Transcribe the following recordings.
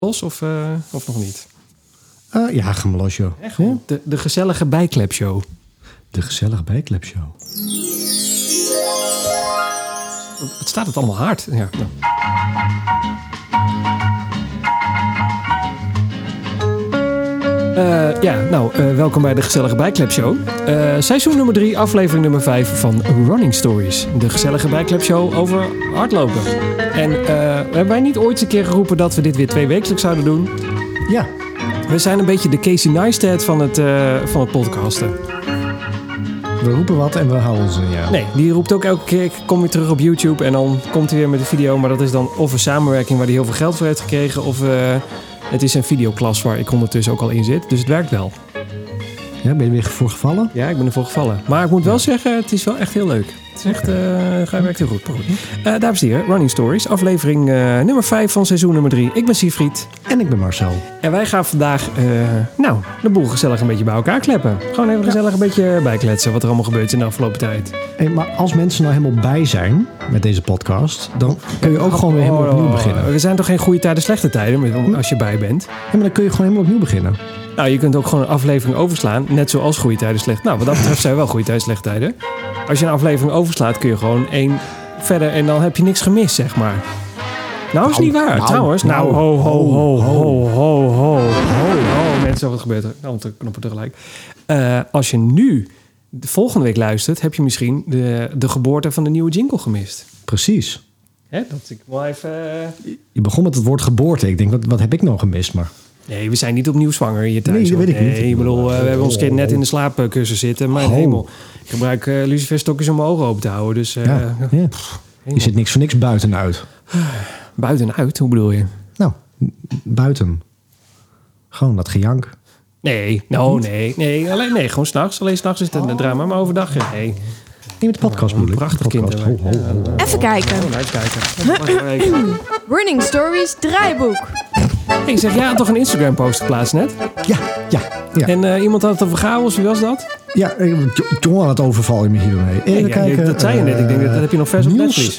los of nog niet? Ja, ga maar los, joh. Echt? Ja? De gezellige bijklepshow. De gezellige bijklepshow. Wat staat het allemaal hard? Ja, welkom bij de gezellige bijklepshow. Seizoen nummer 3, aflevering nummer 5 van Running Stories. De gezellige bijklepshow over hardlopen. En hebben wij niet ooit een keer geroepen dat we dit weer 2 wekelijks zouden doen? Ja. We zijn een beetje de Casey Neistat van het podcasten. We roepen wat en we houden ons ja. Nee, die roept ook elke keer, ik kom weer terug op YouTube en dan komt hij weer met een video. Maar dat is dan of een samenwerking waar hij heel veel geld voor heeft gekregen, of het is een videoklas waar ik ondertussen ook al in zit. Dus het werkt wel. Ja, ben je weer voor gevallen? Ja, ik ben ervoor gevallen. Maar ik moet wel zeggen, het is wel echt heel leuk. Het is echt, werkt heel goed. Dames en heren, Running Stories, aflevering nummer 5 van seizoen nummer 3. Ik ben Siegfried. En ik ben Marcel. En wij gaan vandaag, de boel gezellig een beetje bij elkaar kleppen. Gewoon even gezellig een beetje bijkletsen wat er allemaal gebeurt in de afgelopen tijd. Hey, maar als mensen nou helemaal bij zijn met deze podcast, dan kun je ook gewoon weer helemaal opnieuw beginnen. Er zijn toch geen goede tijden, slechte tijden als je bij bent? Ja, maar dan kun je gewoon helemaal opnieuw beginnen. Nou, je kunt ook gewoon een aflevering overslaan, net zoals goede tijden, slechte. Nou, wat dat betreft zijn wel goede tijden, slechte tijden. Als je een aflevering overslaat, kun je gewoon 1 verder en dan heb je niks gemist, zeg maar. Nou, is niet waar. Trouwens, ho. Mensen, wat gebeurt er? Nou, de knoppen tegelijk. Als je nu de volgende week luistert, heb je misschien de geboorte van de nieuwe jingle gemist. Precies. Hè, dat ik wel even... Je begon met het woord geboorte. Ik denk, wat heb ik nou gemist, maar... Nee, we zijn niet opnieuw zwanger hier thuis. Nee, dat weet ik niet. Ik bedoel, we hebben ons kind net in de slaapkussen zitten. Mijn hemel. Ik gebruik luciferstokjes om mijn ogen open te houden. Dus, ja. Je zit niks voor niks buitenuit. Buitenuit? Hoe bedoel je? Nou, buiten. Gewoon dat gejank. Nee, gewoon 's nachts. Alleen 's nachts is het een drama, maar overdag nee. Niet met de podcast bedoel ik. Prachtig kind. Even kijken. Running Stories draaiboek. Hey, zeg, jij had toch een Instagram post geplaatst net? Ja. En iemand had het over chaos, wie was dat? Ja, John aan het overval je me hiermee. Even kijken. Dat zei je net, ik denk dat heb je nog vers op Netflix.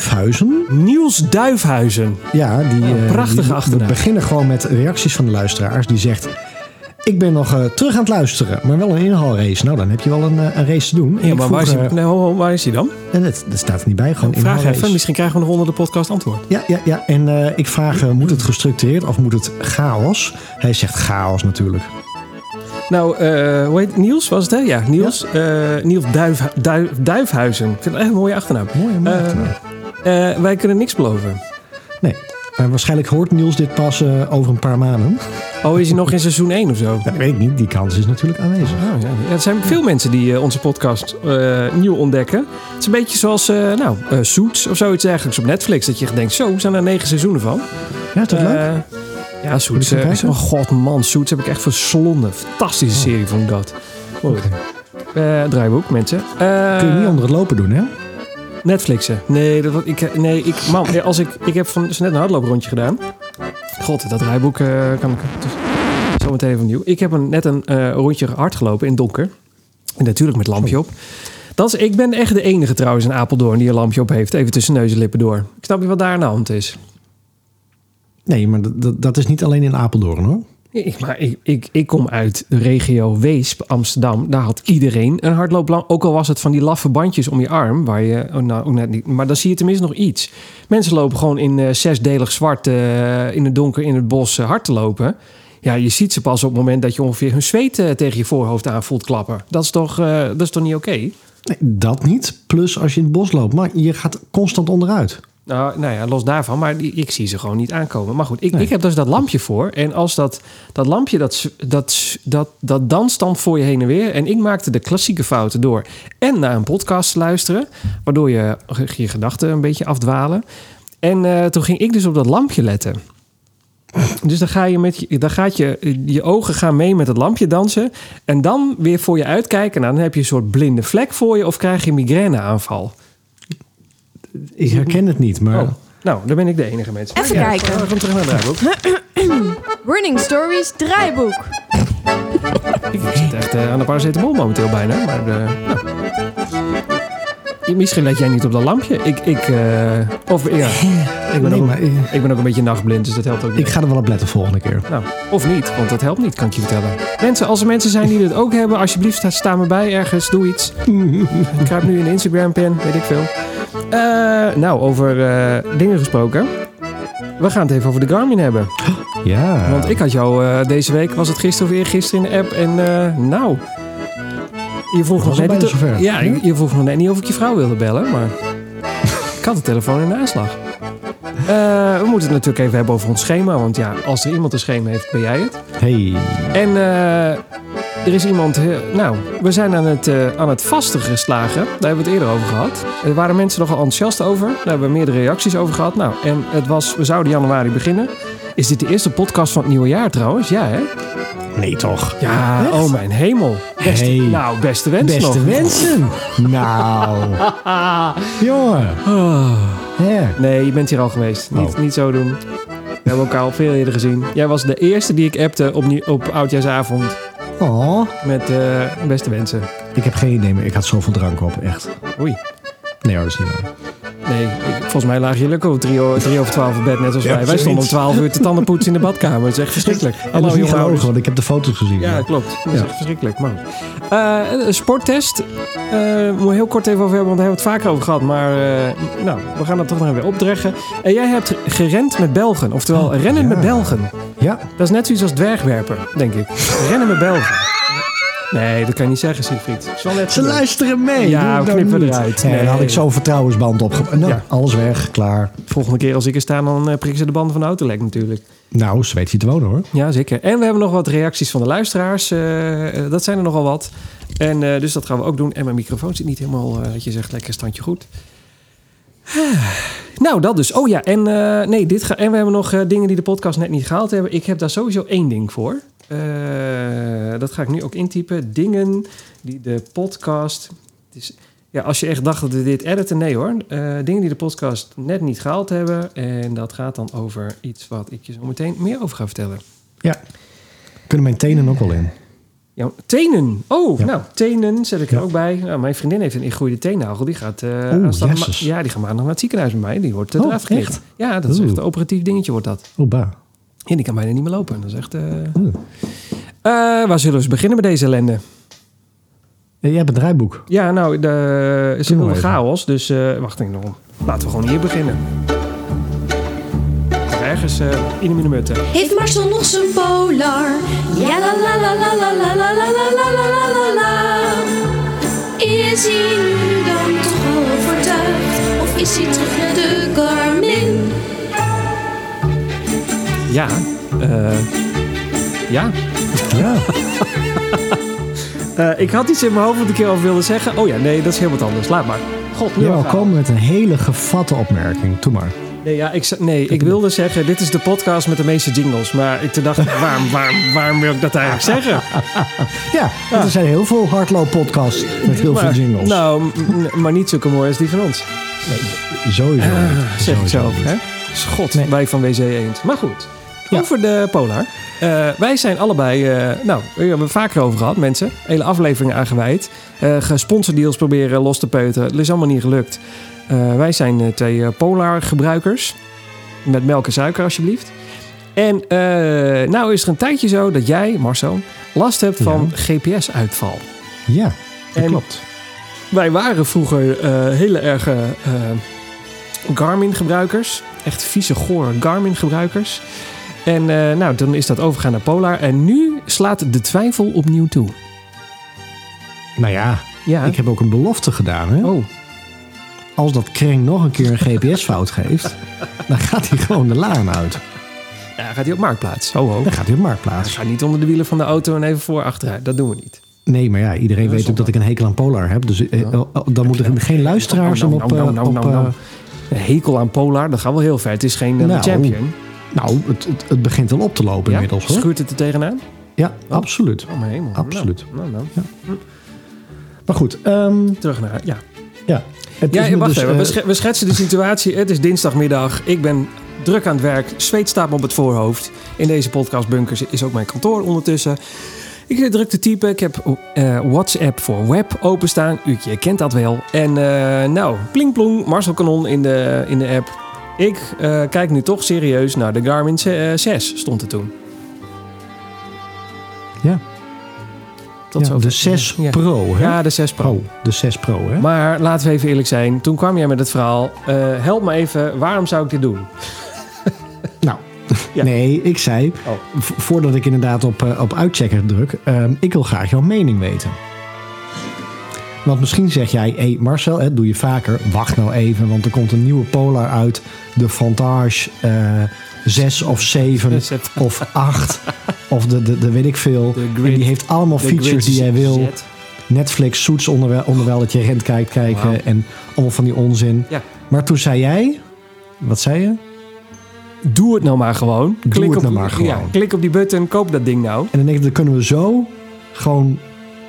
Niels Duifhuizen. Ja, prachtige achternaam. We beginnen gewoon met reacties van de luisteraars. Die zegt, ik ben nog terug aan het luisteren, maar wel een inhaalrace. Nou, dan heb je wel een race te doen. Ja, maar waar is hij dan? En dat staat er niet bij, gewoon vraag even, misschien krijgen we nog onder de podcast antwoord. Ja. En ik vraag, moet het gestructureerd of moet het chaos? Hij zegt chaos natuurlijk. Nou, hoe heet Niels was het, hè? Ja, Niels. Ja. Niels Duifhuizen. Ik vind het echt een mooie achternaam. Mooie achternaam. Wij kunnen niks beloven. Nee. Maar waarschijnlijk hoort Niels dit pas over een paar maanden. Oh, is hij nog in seizoen 1 of zo? Dat weet ik niet. Die kans is natuurlijk aanwezig. Oh, ja. Er zijn veel mensen die onze podcast nieuw ontdekken. Het is een beetje zoals Suits of zoiets dergelijks op Netflix. Dat je denkt, zo, zijn er 9 seizoenen van. Ja, is dat leuk? Ja, Suits. Oh god man, Suits heb ik echt verslonden. Fantastische serie vond ik dat. Okay. Draaiboek, mensen. Kun je niet onder het lopen doen, hè? Netflixen. Nee, ik heb net een hardlooprondje gedaan. God, dat draaiboek kan ik zo meteen even opnieuw. Ik heb net een rondje hard gelopen in donker. En natuurlijk met lampje op. Ik ben echt de enige trouwens in Apeldoorn die een lampje op heeft. Even tussen neus en lippen door. Ik snap niet wat daar aan de hand is. Nee, maar dat is niet alleen in Apeldoorn, hoor. Ik kom uit de regio Weesp, Amsterdam. Daar had iedereen een hardlooplamp. Ook al was het van die laffe bandjes om je arm. Waar je, net niet. Maar dan zie je tenminste nog iets. Mensen lopen gewoon in 6-delig zwart in het donker in het bos hard te lopen. Ja, je ziet ze pas op het moment dat je ongeveer hun zweet tegen je voorhoofd aan voelt klappen. Dat is toch niet oké? Nee, dat niet. Plus als je in het bos loopt. Maar je gaat constant onderuit. Nou ja, los daarvan. Maar ik zie ze gewoon niet aankomen. Maar goed, ik heb dus dat lampje voor. En als dat lampje, dat danst dan voor je heen en weer. En ik maakte de klassieke fouten door en naar een podcast te luisteren. Waardoor je gedachten een beetje afdwalen. En toen ging ik dus op dat lampje letten. Dus dan gaat je ogen gaan mee met het lampje dansen. En dan weer voor je uitkijken. Nou, dan heb je een soort blinde vlek voor je. Of krijg je een migraineaanval. Ik herken het niet, maar... Oh, nou, dan ben ik de enige mensen. Even kijken. We gaan terug naar het draaiboek. Running Stories draaiboek. Ik zit echt aan de paracetamol momenteel bijna. Maar misschien let jij niet op dat lampje. Ik ben ook een beetje nachtblind, dus dat helpt ook niet. Ik ga er wel op letten volgende keer. Nou, of niet, want dat helpt niet, kan ik je vertellen. Mensen, als er mensen zijn die dit ook hebben, alsjeblieft sta me bij ergens, doe iets. Ik kruip nu in de Instagram-pen, weet ik veel. Over dingen gesproken. We gaan het even over de Garmin hebben. Ja. Want ik had jou deze week, was het gisteren of eergisteren in de app. En je vroeg nog net niet, je vroeg nog net niet of ik je vrouw wilde bellen, maar ik had de telefoon in de aanslag. We moeten het natuurlijk even hebben over ons schema. Want ja, als er iemand een schema heeft, ben jij het. Hey. En er is iemand... we zijn aan het vasten geslagen. Daar hebben we het eerder over gehad. Er waren mensen nogal enthousiast over. Daar hebben we meerdere reacties over gehad. Nou, en we zouden januari beginnen. Is dit de eerste podcast van het nieuwe jaar trouwens? Ja, hè? Nee, toch? Ja, echt? Oh mijn hemel. Beste wensen. Beste wensen. Nou. Jongen. Yeah. Nee, je bent hier al geweest. Niet zo doen. We hebben elkaar al veel eerder gezien. Jij was de eerste die ik appte op Oudjaarsavond. Oh. Met beste wensen. Ik heb geen idee meer. Ik had zoveel drank op, echt. Oei. Nee hoor, dat is niet waar. Nee, volgens mij lagen jullie ook 3 over 12 op bed, net als wij. Wij stonden om 12 uur te tandenpoetsen in de badkamer. Dat is echt verschrikkelijk. En dat is niet gelogen, want ik heb de foto's gezien. Ja, klopt. Dat is echt verschrikkelijk. Maar een sporttest. Moet je heel kort even over hebben, want daar hebben we het vaker over gehad. Maar we gaan dat toch nog weer opdreggen. En jij hebt gerend met Belgen. Oftewel, rennen met Belgen. Ja. Dat is net zoiets als dwergwerpen, denk ik. Rennen met Belgen. Nee, dat kan je niet zeggen, Siegfried. Ze luisteren mee. Ja, knippen we eruit. Nee, dan had ik zo'n vertrouwensband opgepakt. Alles weg, klaar. Volgende keer als ik er sta, dan prikken ze de banden van de auto lek natuurlijk. Nou, ze weet je te wonen hoor. Ja, zeker. En we hebben nog wat reacties van de luisteraars. Dat zijn er nogal wat. En dus dat gaan we ook doen. En mijn microfoon zit niet helemaal, dat je zegt, lekker standje goed. Nou, dat dus. Oh ja, en we hebben nog dingen die de podcast net niet gehaald hebben. Ik heb daar sowieso 1 ding voor. Dat ga ik nu ook intypen. Dingen die de podcast... als je echt dacht dat we dit editen, nee hoor. Dingen die de podcast net niet gehaald hebben. En dat gaat dan over iets wat ik je zo meteen meer over ga vertellen. Ja. Kunnen mijn tenen ook wel in? Ja, tenen. Oh, nou, tenen zet ik er ook bij. Nou, mijn vriendin heeft een ingroeide teennagel. Die gaat die gaat maandag naar het ziekenhuis bij mij. Die wordt eraf geknipt. Ja, dat is echt een operatief dingetje wordt dat. Oh, bah. Ja, die kan bijna niet meer lopen. Dat is echt... waar zullen we eens beginnen met deze ellende? Jij hebt een draaiboek. Ja, nou, er is wel een chaos. Dus wacht even nog. Laten we gewoon hier beginnen. Ergens in de minuut. Heeft Marcel nog zijn Polar? Ja la la la la la la la la la la la la la. Is hij nu dan toch al overtuigd? Of is hij terug naar de Garmin? Ja. Ik had iets in mijn hoofd wat ik erover wilde zeggen. Oh ja, nee, dat is heel wat anders. Laat maar. God, nu al komen met een hele gevatte opmerking. Doe maar. Ik wilde zeggen, dit is de podcast met de meeste jingles. Maar ik dacht, waarom wil ik dat eigenlijk zeggen? Want er zijn heel veel hardloop-podcasts met heel veel jingles. Nou, maar niet zulke mooi als die van ons. Nee, sowieso. Zeg ik zelf, hè? Schot, wij van WC Eend. Maar goed, over de Polar. Wij zijn allebei, we hebben het vaker over gehad, mensen. Hele afleveringen aangewijd. Gesponsorde deals proberen los te peuteren. Dat is allemaal niet gelukt. Wij zijn 2 Polar gebruikers. Met melk en suiker, alsjeblieft. En nou is er een tijdje zo dat jij, Marcel, last hebt van GPS-uitval. Ja, dat klopt. Wij waren vroeger hele erge Garmin-gebruikers. Echt vieze, gore Garmin-gebruikers. En dan is dat overgegaan naar Polar. En nu slaat de twijfel opnieuw toe. Nou ja, ik heb ook een belofte gedaan. Hè? Oh. Als dat Kreng nog een keer een GPS-fout geeft, dan gaat hij gewoon de laan uit. Ja, gaat hij op Marktplaats. Ho. Dan gaat hij op Marktplaats. Ga niet onder de wielen van de auto en even voor achteruit. Dat doen we niet. Nee, maar ja, iedereen weet ook dat ik een hekel aan Polar heb. Dus dan moeten er geen luisteraars om op... Een hekel aan Polar, dat gaat wel heel ver. Het is geen champion. Nou, het begint al op te lopen inmiddels. Hoor. Schuurt het er tegenaan? Ja, absoluut. Oh mijn hemel. Absoluut. Nou. Ja. Maar goed. Terug naar... Ja. Wacht even. We schetsen de situatie. Het is dinsdagmiddag. Ik ben druk aan het werk. Zweet staat me op het voorhoofd. In deze podcastbunker is ook mijn kantoor ondertussen. Ik zit druk te typen. Ik heb WhatsApp voor web openstaan. Je kent dat wel. En pling plong. Marcel Kanon in de app. ik kijk nu toch serieus naar de Garmin 6, stond er toen. Ja. Tot zover. De 6 Ja. Pro, hè? Ja, de 6 Pro. Oh, de 6 Pro, hè? Maar laten we even eerlijk zijn. Toen kwam jij met het verhaal. Help me even, waarom zou ik dit doen? Nou, Ja. nee, ik zei, voordat ik inderdaad op uitchecken druk, ik wil graag jouw mening weten. Want misschien zeg jij, hé Marcel, dat doe je vaker, wacht nou even, want er komt een nieuwe Polar uit, de Vantage 6 of 7 of 8 of de weet ik veel. Grid, en die heeft allemaal features die jij wil. Z. Netflix suits onderwijl dat je rent kijken Wow. en allemaal van die onzin. Ja. Maar toen zei jij, wat zei je? Doe het nou maar gewoon. Doe het nou maar gewoon. Ja, klik op die button, koop dat ding nou. En dan denk ik, dan kunnen we zo gewoon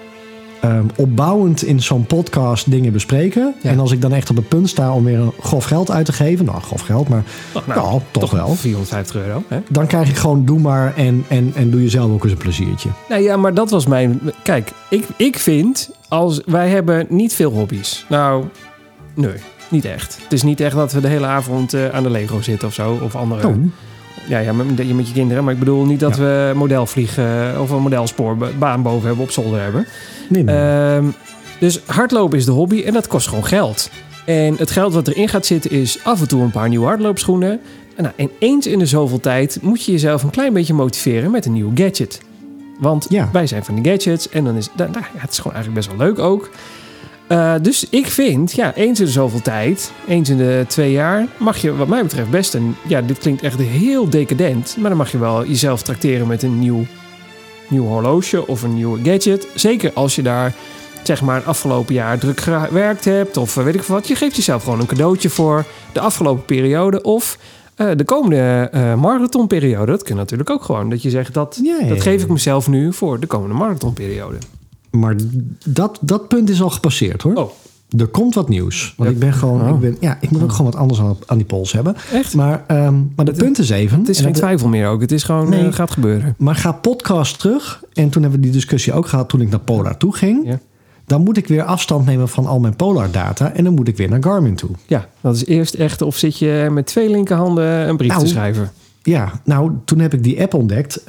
opbouwend in zo'n podcast dingen bespreken. Ja. En als ik dan echt op het punt sta om weer een grof geld uit te geven. Nou, grof geld, maar nou, toch wel. €450, hè? Dan krijg ik gewoon, doe maar en doe jezelf ook eens een pleziertje. Nou ja, maar dat was mijn... Kijk, ik vind... Wij hebben niet veel hobby's. Nou, nee, niet echt. Het is niet echt dat we de hele avond aan de Lego zitten of zo. Of andere... Oh. Ja, met je kinderen. Maar ik bedoel niet dat we modelvliegen of een modelspoorbaan boven hebben op zolder hebben. Nee. Dus hardlopen is de hobby en dat kost gewoon geld. En het geld wat erin gaat zitten is af en toe een paar nieuwe hardloopschoenen. En eens in de zoveel tijd moet je jezelf een klein beetje motiveren met een nieuwe gadget. Want wij zijn van die gadgets en dan is het is gewoon eigenlijk best wel leuk ook. Dus ik vind, eens in de zoveel tijd, eens in de 2 jaar, mag je wat mij betreft best dit klinkt echt heel decadent, maar dan mag je wel jezelf trakteren met een nieuw horloge of een nieuwe gadget. Zeker als je daar, zeg maar, het afgelopen jaar druk gewerkt hebt of weet ik wat. Je geeft jezelf gewoon een cadeautje voor de afgelopen periode of de komende marathonperiode. Dat kan natuurlijk ook gewoon. Dat je zegt, dat geef ik mezelf nu voor de komende marathonperiode. Maar dat punt is al gepasseerd, hoor. Oh. Er komt wat nieuws. Want ik ben gewoon... Ik moet ook gewoon wat anders aan die pols hebben. Echt? Maar de punt is even... Het is geen twijfel meer ook. Het is gewoon... gaat gebeuren. Maar ga podcast terug. En toen hebben we die discussie ook gehad toen ik naar Polar toe ging. Ja. Dan moet ik weer afstand nemen van al mijn Polar data. En dan moet ik weer naar Garmin toe. Ja, dat is eerst echt of zit je met 2 linkerhanden een brief te schrijven. Ja, nou, toen heb ik die app ontdekt.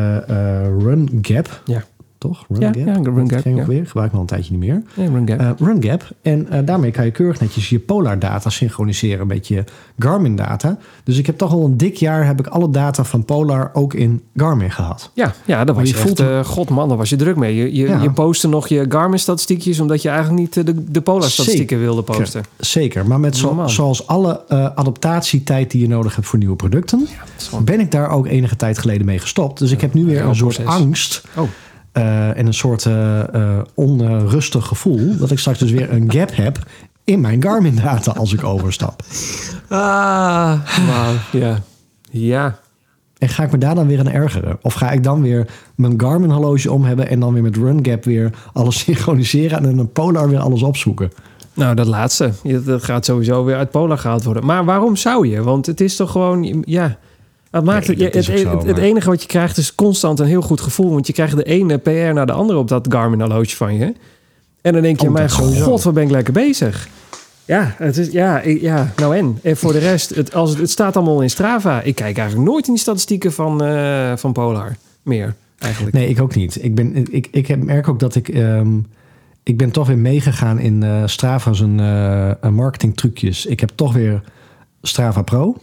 RunGap. Ja. Toch? RunGap? Ja, RunGap. Weer. Gebruik ik al een tijdje niet meer. Ja, RunGap. RunGap. En daarmee kan je keurig netjes je Polar data synchroniseren met je Garmin data. Dus ik heb toch al een dik jaar heb ik alle data van Polar ook in Garmin gehad. Ja, dat was je echt... God man, daar was je druk mee. Je postte nog je Garmin statistiekjes omdat je eigenlijk niet de Polar statistieken wilde posten. Zeker, maar met zoals alle adaptatietijd die je nodig hebt voor nieuwe producten, ben ik daar ook enige tijd geleden mee gestopt. Dus ik heb nu weer een soort angst. En een soort onrustig gevoel dat ik straks dus weer een gap heb in mijn Garmin data als ik overstap. Wauw, ja. En ga ik me daar dan weer aan ergeren? Of ga ik dan weer mijn Garmin horloge om hebben en dan weer met RunGap weer alles synchroniseren en in een Polar weer alles opzoeken? Nou, dat laatste. Dat gaat sowieso weer uit Polar gehaald worden. Maar waarom zou je? Want het is toch gewoon... Ja, het maakt het enige wat je krijgt is constant een heel goed gevoel. Want je krijgt de ene PR naar de andere op dat Garmin horloge van je. En dan denk je, mijn god, wat ben ik lekker bezig. Ja, het is, nou en voor de rest, het staat allemaal in Strava. Ik kijk eigenlijk nooit in die statistieken van Polar meer, eigenlijk. Nee, ik ook niet. Ik merk ook dat ik ben toch weer meegegaan in Strava zijn marketingtrucjes. Ik heb toch weer Strava Pro.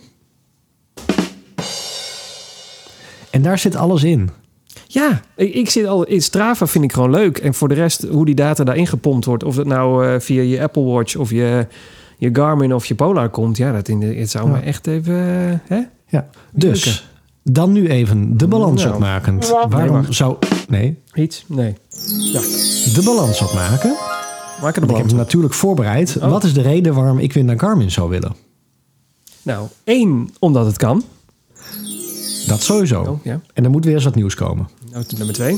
En daar zit alles in. Ja, ik zit al in Strava, vind ik gewoon leuk. En voor de rest, hoe die data daarin gepompt wordt. Of het nou via je Apple Watch of je Garmin of je Polar komt. Ja, het zou me echt even... hè? Ja, dus dan nu even de balans opmakend. Waarom zou... Nee. Iets? Nee. Ja. De balans opmaken. Maak Ik heb hem natuurlijk voorbereid. Oh. Wat is de reden waarom ik weer naar Garmin zou willen? Nou, 1, omdat het kan. Dat sowieso. Oh, ja. En er moet weer eens wat nieuws komen. Nou, nummer 2.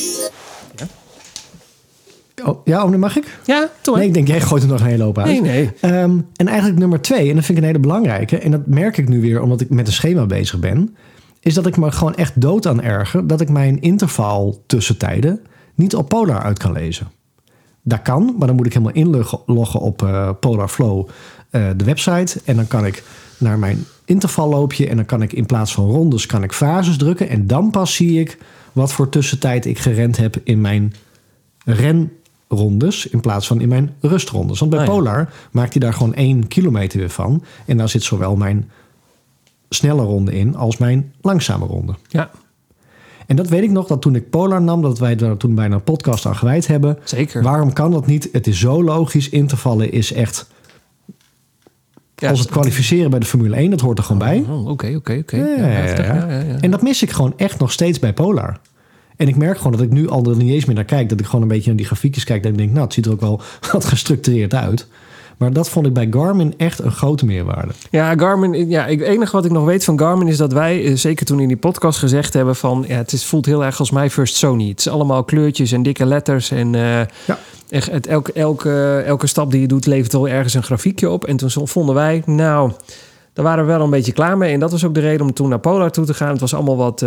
Ja, dan mag ik? Ja, toch. Nee, ik denk, jij gooit er nog een hele hoop uit. Nee. En eigenlijk nummer 2, en dat vind ik een hele belangrijke, en dat merk ik nu weer omdat ik met een schema bezig ben, is dat ik me gewoon echt dood aan erger dat ik mijn interval tussentijden niet op Polar uit kan lezen. Dat kan, maar dan moet ik helemaal inloggen op Polar Flow, de website. En dan kan ik naar mijn intervalloopje. En dan kan ik in plaats van rondes kan ik fases drukken. En dan pas zie ik wat voor tussentijd ik gerend heb in mijn renrondes. In plaats van in mijn rustrondes. Want bij Polar maakt hij daar gewoon 1 kilometer weer van. En daar zit zowel mijn snelle ronde in als mijn langzame ronde. Ja. En dat weet ik nog, dat toen ik Polar nam, dat wij daar toen bijna een podcast aan gewijd hebben. Zeker. Waarom kan dat niet? Het is zo logisch. Intervallen is echt... Ja, als het kwalificeren bij de Formule 1, dat hoort er gewoon bij. Oké. Ja. En dat mis ik gewoon echt nog steeds bij Polar. En ik merk gewoon dat ik nu al er niet eens meer naar kijk. Dat ik gewoon een beetje naar die grafiekjes kijk. Dat ik denk, nou, het ziet er ook wel wat gestructureerd uit. Maar dat vond ik bij Garmin echt een grote meerwaarde. Ja, Garmin. Ja, het enige wat ik nog weet van Garmin is dat wij, zeker toen in die podcast gezegd hebben van, ja, voelt heel erg als My First Sony. Het is allemaal kleurtjes en dikke letters en echt elke stap die je doet levert wel ergens een grafiekje op. En toen vonden wij, nou, daar waren we wel een beetje klaar mee. En dat was ook de reden om toen naar Polar toe te gaan. Het was allemaal wat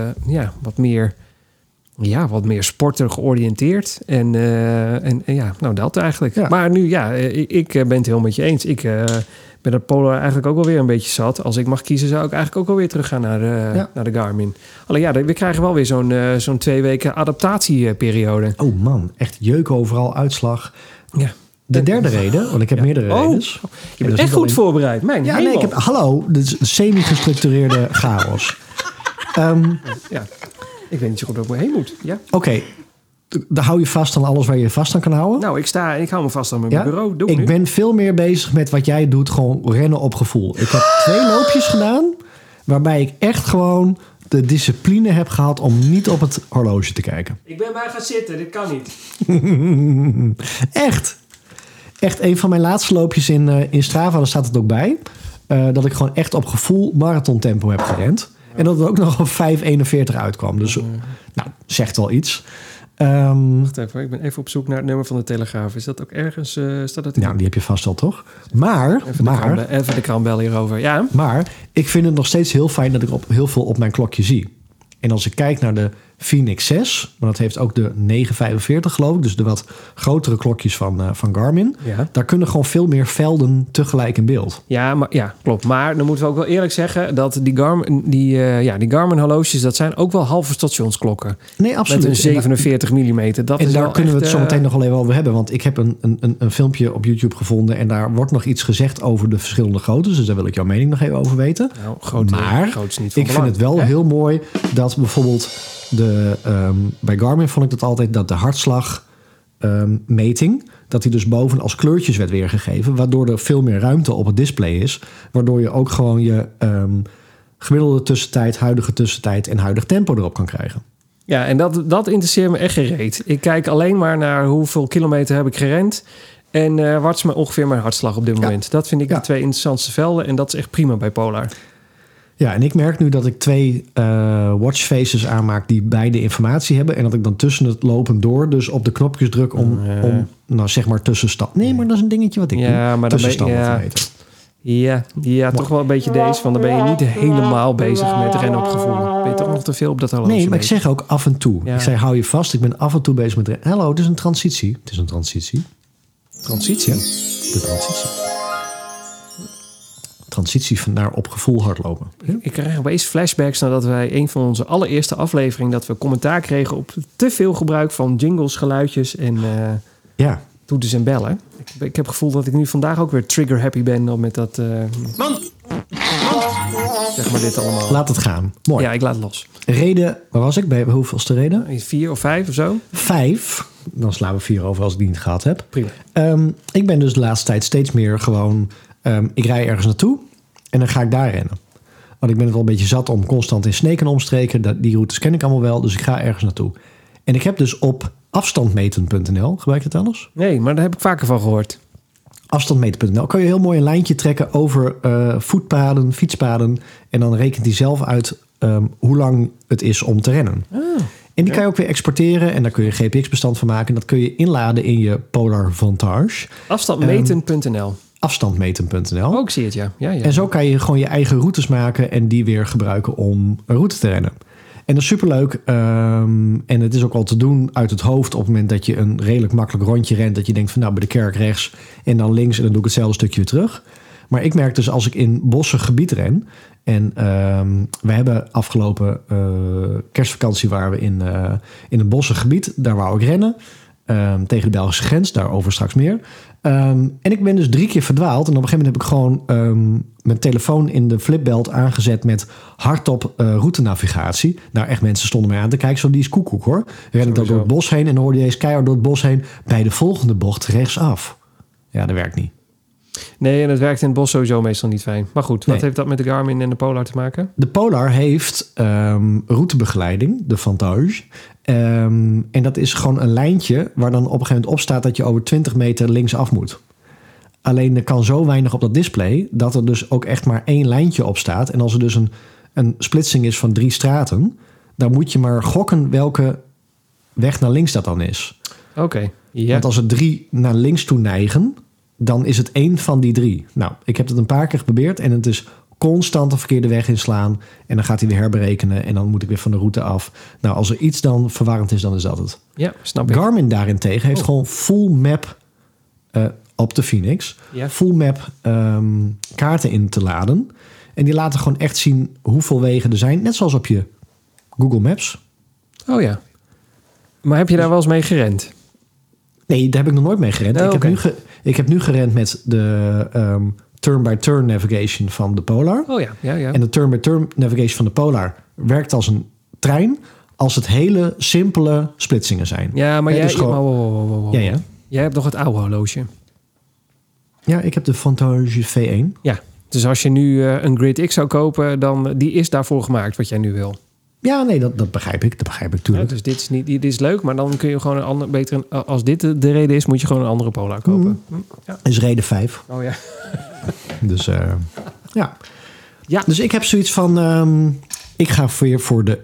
meer sporter georiënteerd. En ja, nou dat eigenlijk. Ja. Maar nu, ja, ik ben het heel met je eens. Ik ben dat Polar eigenlijk ook wel weer een beetje zat. Als ik mag kiezen, zou ik eigenlijk ook wel weer terug gaan naar de Garmin. Alleen ja, we krijgen wel weer zo'n 2 weken adaptatieperiode. Oh man, echt jeuk overal, uitslag. Ja. De derde reden, want ik heb meerdere redenen. Je bent echt goed voorbereid. Hallo, dit is semi-gestructureerde chaos. Ja. Ik weet niet zo goed waar ik heen moet. Ja. Oké, dan hou je vast aan alles waar je vast aan kan houden. Nou, ik hou me vast aan mijn bureau. Ik ben veel meer bezig met wat jij doet, gewoon rennen op gevoel. Ik heb 2 loopjes gedaan, waarbij ik echt gewoon de discipline heb gehad om niet op het horloge te kijken. Ik ben bij gaan zitten, dit kan niet. Echt een van mijn laatste loopjes in Strava, daar staat het ook bij. Dat ik gewoon echt op gevoel marathontempo heb gerend. En dat het ook nog op 5:41 uitkwam. Dus nou, zegt wel iets. Wacht even, ik ben even op zoek naar het nummer van de Telegraaf. Is dat ook ergens? Staat dat in? Nou, die heb je vast al, toch? Maar even de krambel hierover. Ja. Maar ik vind het nog steeds heel fijn dat ik heel veel op mijn klokje zie. En als ik kijk naar de Phoenix 6, maar dat heeft ook de 945 geloof ik, dus de wat grotere klokjes van Garmin. Ja. Daar kunnen gewoon veel meer velden tegelijk in beeld. Ja, klopt. Maar dan moeten we ook wel eerlijk zeggen dat die Garmin horloges, dat zijn ook wel halve stationsklokken. Nee, absoluut. Met een 47 mm. En daar kunnen we het zo meteen nog wel even over hebben. Want ik heb een filmpje op YouTube gevonden en daar wordt nog iets gezegd over de verschillende groottes. Dus daar wil ik jouw mening nog even over weten. Nou, groot is niet van ik vind het wel heel mooi dat bijvoorbeeld bij Garmin vond ik dat altijd dat de hartslagmeting, dat die dus boven als kleurtjes werd weergegeven, waardoor er veel meer ruimte op het display is, waardoor je ook gewoon je gemiddelde tussentijd, huidige tussentijd en huidig tempo erop kan krijgen. Ja, en dat interesseert me echt gereed. Ik kijk alleen maar naar hoeveel kilometer heb ik gerend en wat is ongeveer mijn hartslag op dit moment. Dat vind ik de 2 interessantste velden en dat is echt prima bij Polar. Ja, en ik merk nu dat ik 2 watchfaces aanmaak die beide informatie hebben. En dat ik dan tussen het lopen door dus op de knopjes druk om nou zeg maar tussenstand. Nee, maar dat is een dingetje wat ik doe. Maar tussenstand te weten. Ja, toch wel een beetje deze. Want dan ben je niet helemaal bezig met rennen op gevoel. Ben je toch nog te veel op dat horloge? Nee, maar ik zeg ook af en toe. Ja. Ik zei, hou je vast. Ik ben af en toe bezig met rennen. Hallo, het is een transitie. Het is een transitie. Transitie? De transitie. Transitie naar op gevoel hardlopen. Ik krijg opeens flashbacks nadat wij een van onze allereerste afleveringen dat we commentaar kregen op te veel gebruik van jingles, geluidjes en toeters en bellen. Ik heb het gevoel dat ik nu vandaag ook weer trigger happy ben met dat. Zeg maar dit allemaal. Laat het gaan. Mooi. Ja, ik laat het los. Reden, waar was ik? Bij hoeveelste reden? 4 of 5 of zo. 5. Dan slaan we 4 over als ik die niet gehad heb. Prima. Ik ben dus de laatste tijd steeds meer gewoon. Ik rij ergens naartoe en dan ga ik daar rennen. Want ik ben het wel een beetje zat om constant in Sneek en omstreken. Die routes ken ik allemaal wel, dus ik ga ergens naartoe. En ik heb dus op afstandmeten.nl, gebruik je het alles? Nee, maar daar heb ik vaker van gehoord. Afstandmeten.nl kan je heel mooi een lijntje trekken over voetpaden, fietspaden. En dan rekent hij zelf uit hoe lang het is om te rennen. En die kan je ook weer exporteren en daar kun je een GPX-bestand van maken. En dat kun je inladen in je Polar Vantage. Afstandmeten.nl. Afstandmeten.nl. Oh, ik zie het, ja. En zo kan je gewoon je eigen routes maken en die weer gebruiken om een route te rennen. En dat is superleuk. En het is ook al te doen uit het hoofd op het moment dat je een redelijk makkelijk rondje rent. Dat je denkt van nou bij de kerk rechts en dan links en dan doe ik hetzelfde stukje weer terug. Maar ik merk dus als ik in bossig gebied ren. En we hebben afgelopen kerstvakantie waren we in een bossig gebied. Daar wou ik rennen. Tegen de Belgische grens, daarover straks meer. En ik ben dus 3 keer verdwaald. En op een gegeven moment heb ik gewoon mijn telefoon in de flipbelt aangezet met hardop routenavigatie. Nou, echt, mensen stonden mij aan te kijken. Zo, die is koekoek hoor. Ren ik dan door het bos heen en dan hoorde je eens keihard door het bos heen. Bij de volgende bocht rechtsaf. Ja, dat werkt niet. Nee, en het werkt in het bos sowieso meestal niet fijn. Maar goed, wat heeft dat met de Garmin en de Polar te maken? De Polar heeft routebegeleiding, de Vantage. En dat is gewoon een lijntje waar dan op een gegeven moment op staat dat je over 20 meter linksaf moet. Alleen er kan zo weinig op dat display dat er dus ook echt maar 1 lijntje op staat. En als er dus een splitsing is van 3 straten, dan moet je maar gokken welke weg naar links dat dan is. Oké. Ja. Want als er 3 naar links toe neigen, dan is het 1 van die 3. Nou, ik heb het een paar keer geprobeerd en het is constant de verkeerde weg inslaan. En dan gaat hij weer herberekenen en dan moet ik weer van de route af. Nou, als er iets dan verwarrend is, dan is dat het. Ja, snap ik. Garmin daarentegen heeft gewoon full map op de Phoenix. Ja. Full map kaarten in te laden. En die laten gewoon echt zien hoeveel wegen er zijn. Net zoals op je Google Maps. Oh ja. Maar heb je daar wel eens mee gerend? Nee, daar heb ik nog nooit mee gerend. Oh, Ik heb nu gerend met de turn-by-turn navigation van de Polar. Oh ja, ja, ja. En de turn-by-turn navigation van de Polar werkt als een trein als het hele simpele splitsingen zijn. Ja, maar jij... Dus gewoon... wow. Ja. Jij hebt nog het oude horloge. Ja, ik heb de Vantage V1. Ja, dus als je nu een Grid X zou kopen, dan die is daarvoor gemaakt wat jij nu wil. Ja, nee, dat begrijp ik. Dat begrijp ik natuurlijk. Ja, dus dit is leuk, maar dan kun je gewoon een ander beter. Als dit de reden is, moet je gewoon een andere Polar kopen. Ja. Is reden 5. Oh ja. Dus ja. Ja. Dus ik heb zoiets van, ik ga weer voor de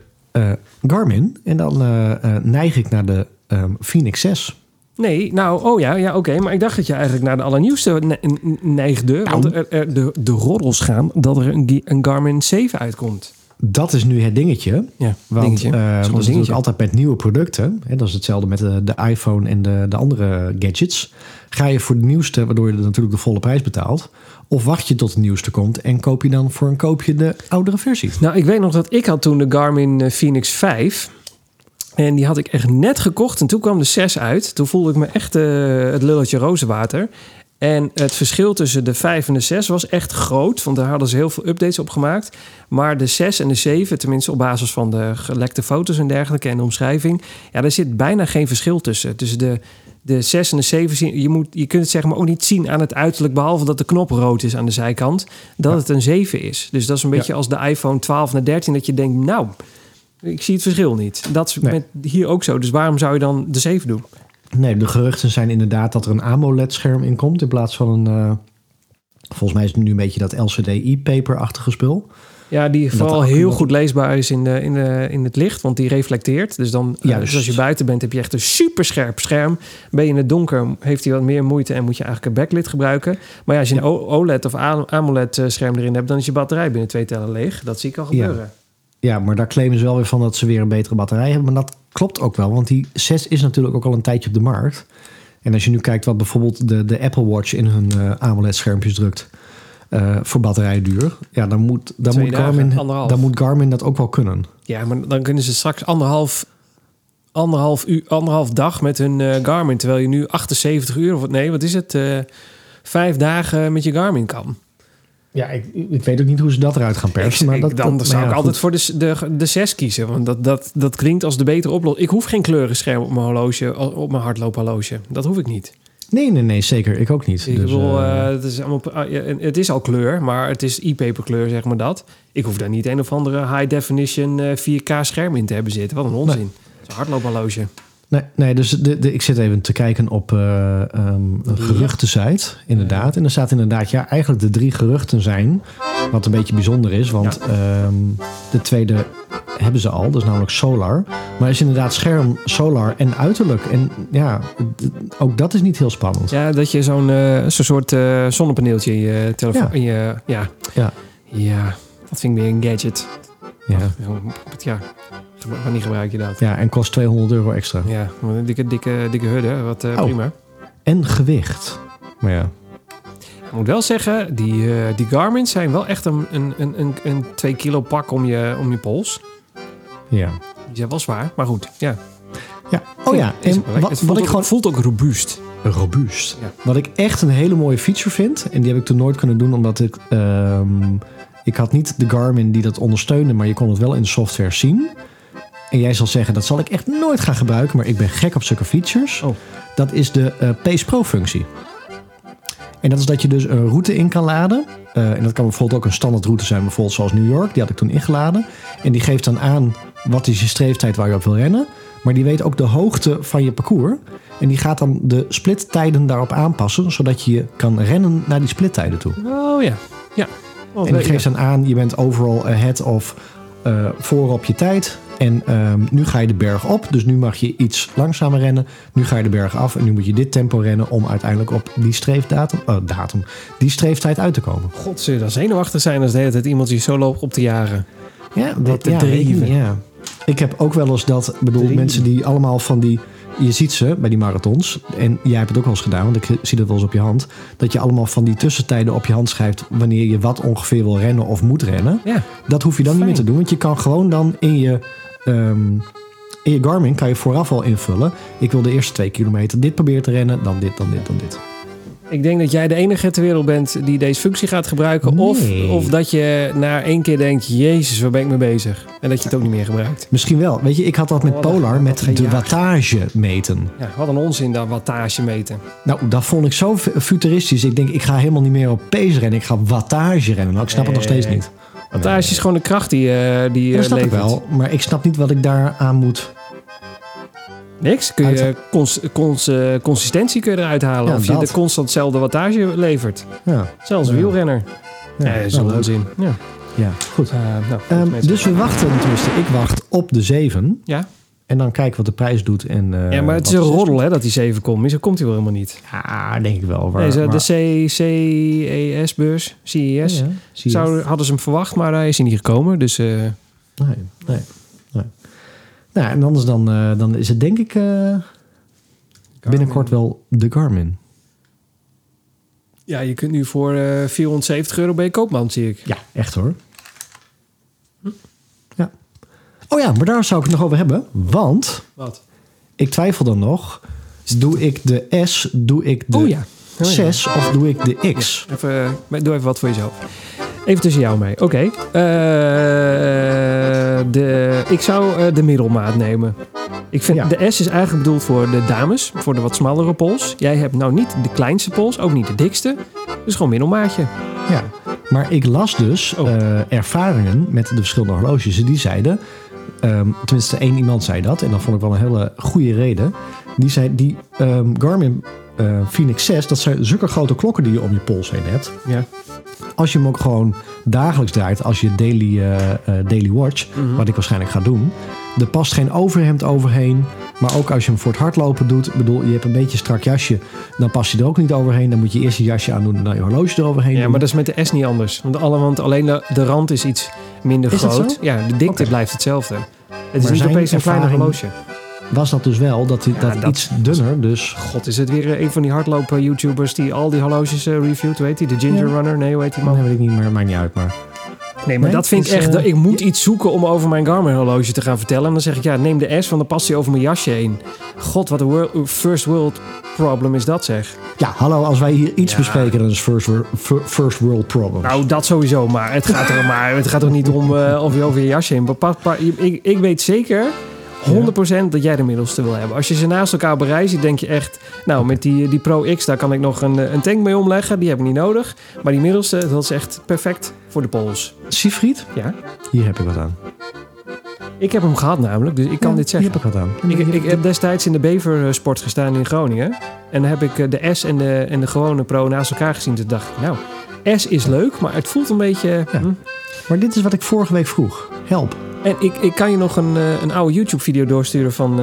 Garmin. En dan neig ik naar de Phoenix 6. Nee, nou, oké. Maar ik dacht dat je eigenlijk naar de allernieuwste neigde. Nou. Want de roddels gaan dat er een Garmin 7 uitkomt. Dat is nu het dingetje. Ja, Want dingetje. dat is natuurlijk altijd met nieuwe producten. Hè, dat is hetzelfde met de iPhone en de andere gadgets. Ga je voor de nieuwste, waardoor je natuurlijk de volle prijs betaalt. Of wacht je tot de nieuwste komt en koop je dan voor een koopje de oudere versie. Nou, ik weet nog dat ik had toen de Garmin Phoenix 5. En die had ik echt net gekocht. En toen kwam de 6 uit. Toen voelde ik me echt het lulletje rozenwater. En het verschil tussen de 5 en de 6 was echt groot. Want daar hadden ze heel veel updates op gemaakt. Maar de 6 en de 7, tenminste op basis van de gelekte foto's en dergelijke en de omschrijving. Ja, daar zit bijna geen verschil tussen. Tussen de 6 en de 7, je kunt het zeg maar ook niet zien aan het uiterlijk. Behalve dat de knop rood is aan de zijkant. Dat het een 7 is. Dus dat is een beetje als de iPhone 12 naar 13. Dat je denkt, nou, ik zie het verschil niet. Dat is met hier ook zo. Dus waarom zou je dan de 7 doen? Nee, de geruchten zijn inderdaad dat er een AMOLED-scherm in komt. In plaats van een... volgens mij is het nu een beetje dat LCD-e-paper-achtige spul. Ja, die vooral heel goed leesbaar is in het licht. Want die reflecteert. Dus dan, dus als je buiten bent, heb je echt een superscherp scherm. Ben je in het donker, heeft hij wat meer moeite en moet je eigenlijk een backlit gebruiken. Maar ja, als je een OLED of AMOLED-scherm erin hebt, dan is je batterij binnen 2 tellen leeg. Dat zie ik al gebeuren. Ja, maar daar claimen ze wel weer van dat ze weer een betere batterij hebben. Maar dat klopt ook wel, want die 6 is natuurlijk ook al een tijdje op de markt. En als je nu kijkt wat bijvoorbeeld de Apple Watch in hun AMOLED-schermpjes drukt voor batterijduur, ja, dan moet Garmin dat ook wel kunnen. Ja, maar dan kunnen ze straks anderhalf dag met hun Garmin, terwijl je nu 78 uur of nee, wat is het? 5 dagen met je Garmin kan. Ja, ik weet ook niet hoe ze dat eruit gaan persen. Dan zou ik altijd voor de 6 kiezen. Want dat klinkt als de betere oplossing. Ik hoef geen kleurenscherm op mijn horloge, op mijn hardloophorloge. Dat hoef ik niet. Nee, zeker. Ik ook niet. Ik bedoel, het is al kleur, maar het is e-paper kleur, zeg maar dat. Ik hoef daar niet een of andere high definition 4K scherm in te hebben zitten. Wat een onzin. Nee. Het is een hardloophorloge. Nee, dus ik zit even te kijken op een geruchtensite, inderdaad. En er staat inderdaad, eigenlijk de 3 geruchten zijn, wat een beetje bijzonder is. Want de tweede hebben ze al, dat is namelijk Solar. Maar is inderdaad scherm, Solar en uiterlijk. En ja, ook dat is niet heel spannend. Ja, dat je zo'n soort zonnepaneeltje in je telefoon... Ja, dat vind ik meer een gadget. Ja. Wanneer gebruik je dat? Ja, en kost €200 extra. Ja, een dikke hudde, wat prima. En gewicht. Maar ja. Ik moet wel zeggen, die Garmin's zijn wel echt een 2 kilo pak om je pols. Ja. Die zijn wel zwaar, maar goed. Ja. Ja. Oh ja, en Het voelt ook robuust. Robuust. Ja. Wat ik echt een hele mooie feature vind, en die heb ik toen nooit kunnen doen, omdat ik had niet de Garmin die dat ondersteunde, maar je kon het wel in de software zien. En jij zal zeggen, dat zal ik echt nooit gaan gebruiken, maar ik ben gek op zulke features. Oh. Dat is de Pace Pro functie. En dat is dat je dus een route in kan laden. En dat kan bijvoorbeeld ook een standaardroute zijn, bijvoorbeeld zoals New York. Die had ik toen ingeladen. En die geeft dan aan wat is je streeftijd waar je op wil rennen. Maar die weet ook de hoogte van je parcours. En die gaat dan de splittijden daarop aanpassen, zodat je kan rennen naar die splittijden toe. Oh ja. Ja. En die geeft dan aan, je bent overal ahead of voor op je tijd. En nu ga je de berg op, dus nu mag je iets langzamer rennen. Nu ga je de berg af en nu moet je dit tempo rennen om uiteindelijk op die streeftijd uit te komen. God, zul je dan zenuwachtig zijn als de hele tijd iemand je zo loopt op te jagen? Ja, dreven. Ja. Ik heb ook wel eens dat, mensen die allemaal van die, je ziet ze bij die marathons, en jij hebt het ook wel eens gedaan, want ik zie dat wel eens op je hand, dat je allemaal van die tussentijden op je hand schrijft wanneer je wat ongeveer wil rennen of moet rennen. Ja. Dat hoef je dan niet meer te doen, want je kan gewoon dan in je Garmin kan je vooraf al invullen. Ik wil de eerste 2 kilometer dit proberen te rennen, dan dit, dan dit, dan dit. Ik denk dat jij de enige ter wereld bent die deze functie gaat gebruiken. Nee. Of dat je na 1 keer denkt, jezus, waar ben ik mee bezig? En dat je het ook niet meer gebruikt. Misschien wel. Weet je, ik had dat met Polar, met de wattage meten. Ja, wat een onzin, dat wattage meten. Nou, dat vond ik zo futuristisch. Ik denk, ik ga helemaal niet meer op pace rennen. Ik ga wattage rennen. Nou, ik snap het nog steeds niet. Wattage is gewoon de kracht die dat snap levert. Ik wel, maar ik snap niet wat ik daar aan moet. Niks. Kun je consistentie kun je eruit halen. Ja, of je de constant hetzelfde wattage levert. Ja. Zelfs een wielrenner. Ja, dat is een onzin. Ja, goed. Dus we wachten, tenminste, ik wacht op de 7. Ja. En dan kijken wat de prijs doet. En, ja, maar het is een roddel hè, dat die 7 komt. Zo komt hij wel helemaal niet. Ja, denk ik wel. De CES-beurs, CES, hadden ze hem verwacht, maar daar is hij niet gekomen. Dus, Nee. Nou, en anders dan is het denk ik binnenkort wel de Garmin. Ja, je kunt nu voor €470 bij je koopman, zie ik. Ja, echt hoor. Ja. Oh ja, maar daar zou ik het nog over hebben. Want Wat? Ik twijfel dan nog. Doe ik de S, doe ik de 6 of doe ik de X? Ja. Doe even wat voor jezelf. Even tussen jou mee. Oké. Ik zou de middelmaat nemen. Ik vind de S is eigenlijk bedoeld voor de dames. Voor de wat smallere pols. Jij hebt nou niet de kleinste pols. Ook niet de dikste. Dus gewoon middelmaatje. Ja. Maar ik las dus ervaringen met de verschillende horloges. Die zeiden... tenminste, één iemand zei dat. En dat vond ik wel een hele goede reden. Die zei, die Garmin Fenix 6... dat zijn zulke grote klokken die je om je pols heen hebt. Ja. Als je hem ook gewoon dagelijks draait... als je daily watch... wat ik waarschijnlijk ga doen... er past geen overhemd overheen... maar ook als je hem voor het hardlopen doet... bedoel, je hebt een beetje een strak jasje... dan past hij er ook niet overheen. Dan moet je eerst je jasje aandoen en dan je horloge eroverheen doen. Ja, maar dat is met de S niet anders. Want alleen de rand is iets minder groot. Ja, de dikte blijft hetzelfde. Het is niet opeens een kleiner horloge. Was dat dus wel, dat iets dunner, dus... God, is het weer een van die hardlopen YouTubers die al die horloges reviewt, weet hij? De Ginger Runner? Nee, hoe heet die man? Nee, weet ik niet, maar maakt niet uit, maar... Nee, maar dat vind ik echt... ik moet iets zoeken om over mijn Garmin horloge te gaan vertellen. En dan zeg ik, neem de S, want dan past hij over mijn jasje heen. God, wat een first world problem is dat, zeg. Ja, hallo, als wij hier iets bespreken, dan is first world problem. Nou, dat sowieso, maar het gaat er niet om of je over je jasje heen... Ik weet zeker... 100% dat jij de middelste wil hebben. Als je ze naast elkaar bereidt, denk je echt... Nou, met die Pro X, daar kan ik nog een tank mee omleggen. Die heb ik niet nodig. Maar die middelste, dat is echt perfect voor de pols. Siegfried? Ja? Hier heb ik wat aan. Ik heb hem gehad namelijk, dus ik kan dit zeggen. Hier heb ik wat aan. Ik heb destijds in de Beversport gestaan in Groningen. En dan heb ik de S en de gewone Pro naast elkaar gezien. Dus dacht ik, nou, S is leuk, maar het voelt een beetje... Ja. Maar dit is wat ik vorige week vroeg. Help. En ik kan je nog een oude YouTube-video doorsturen van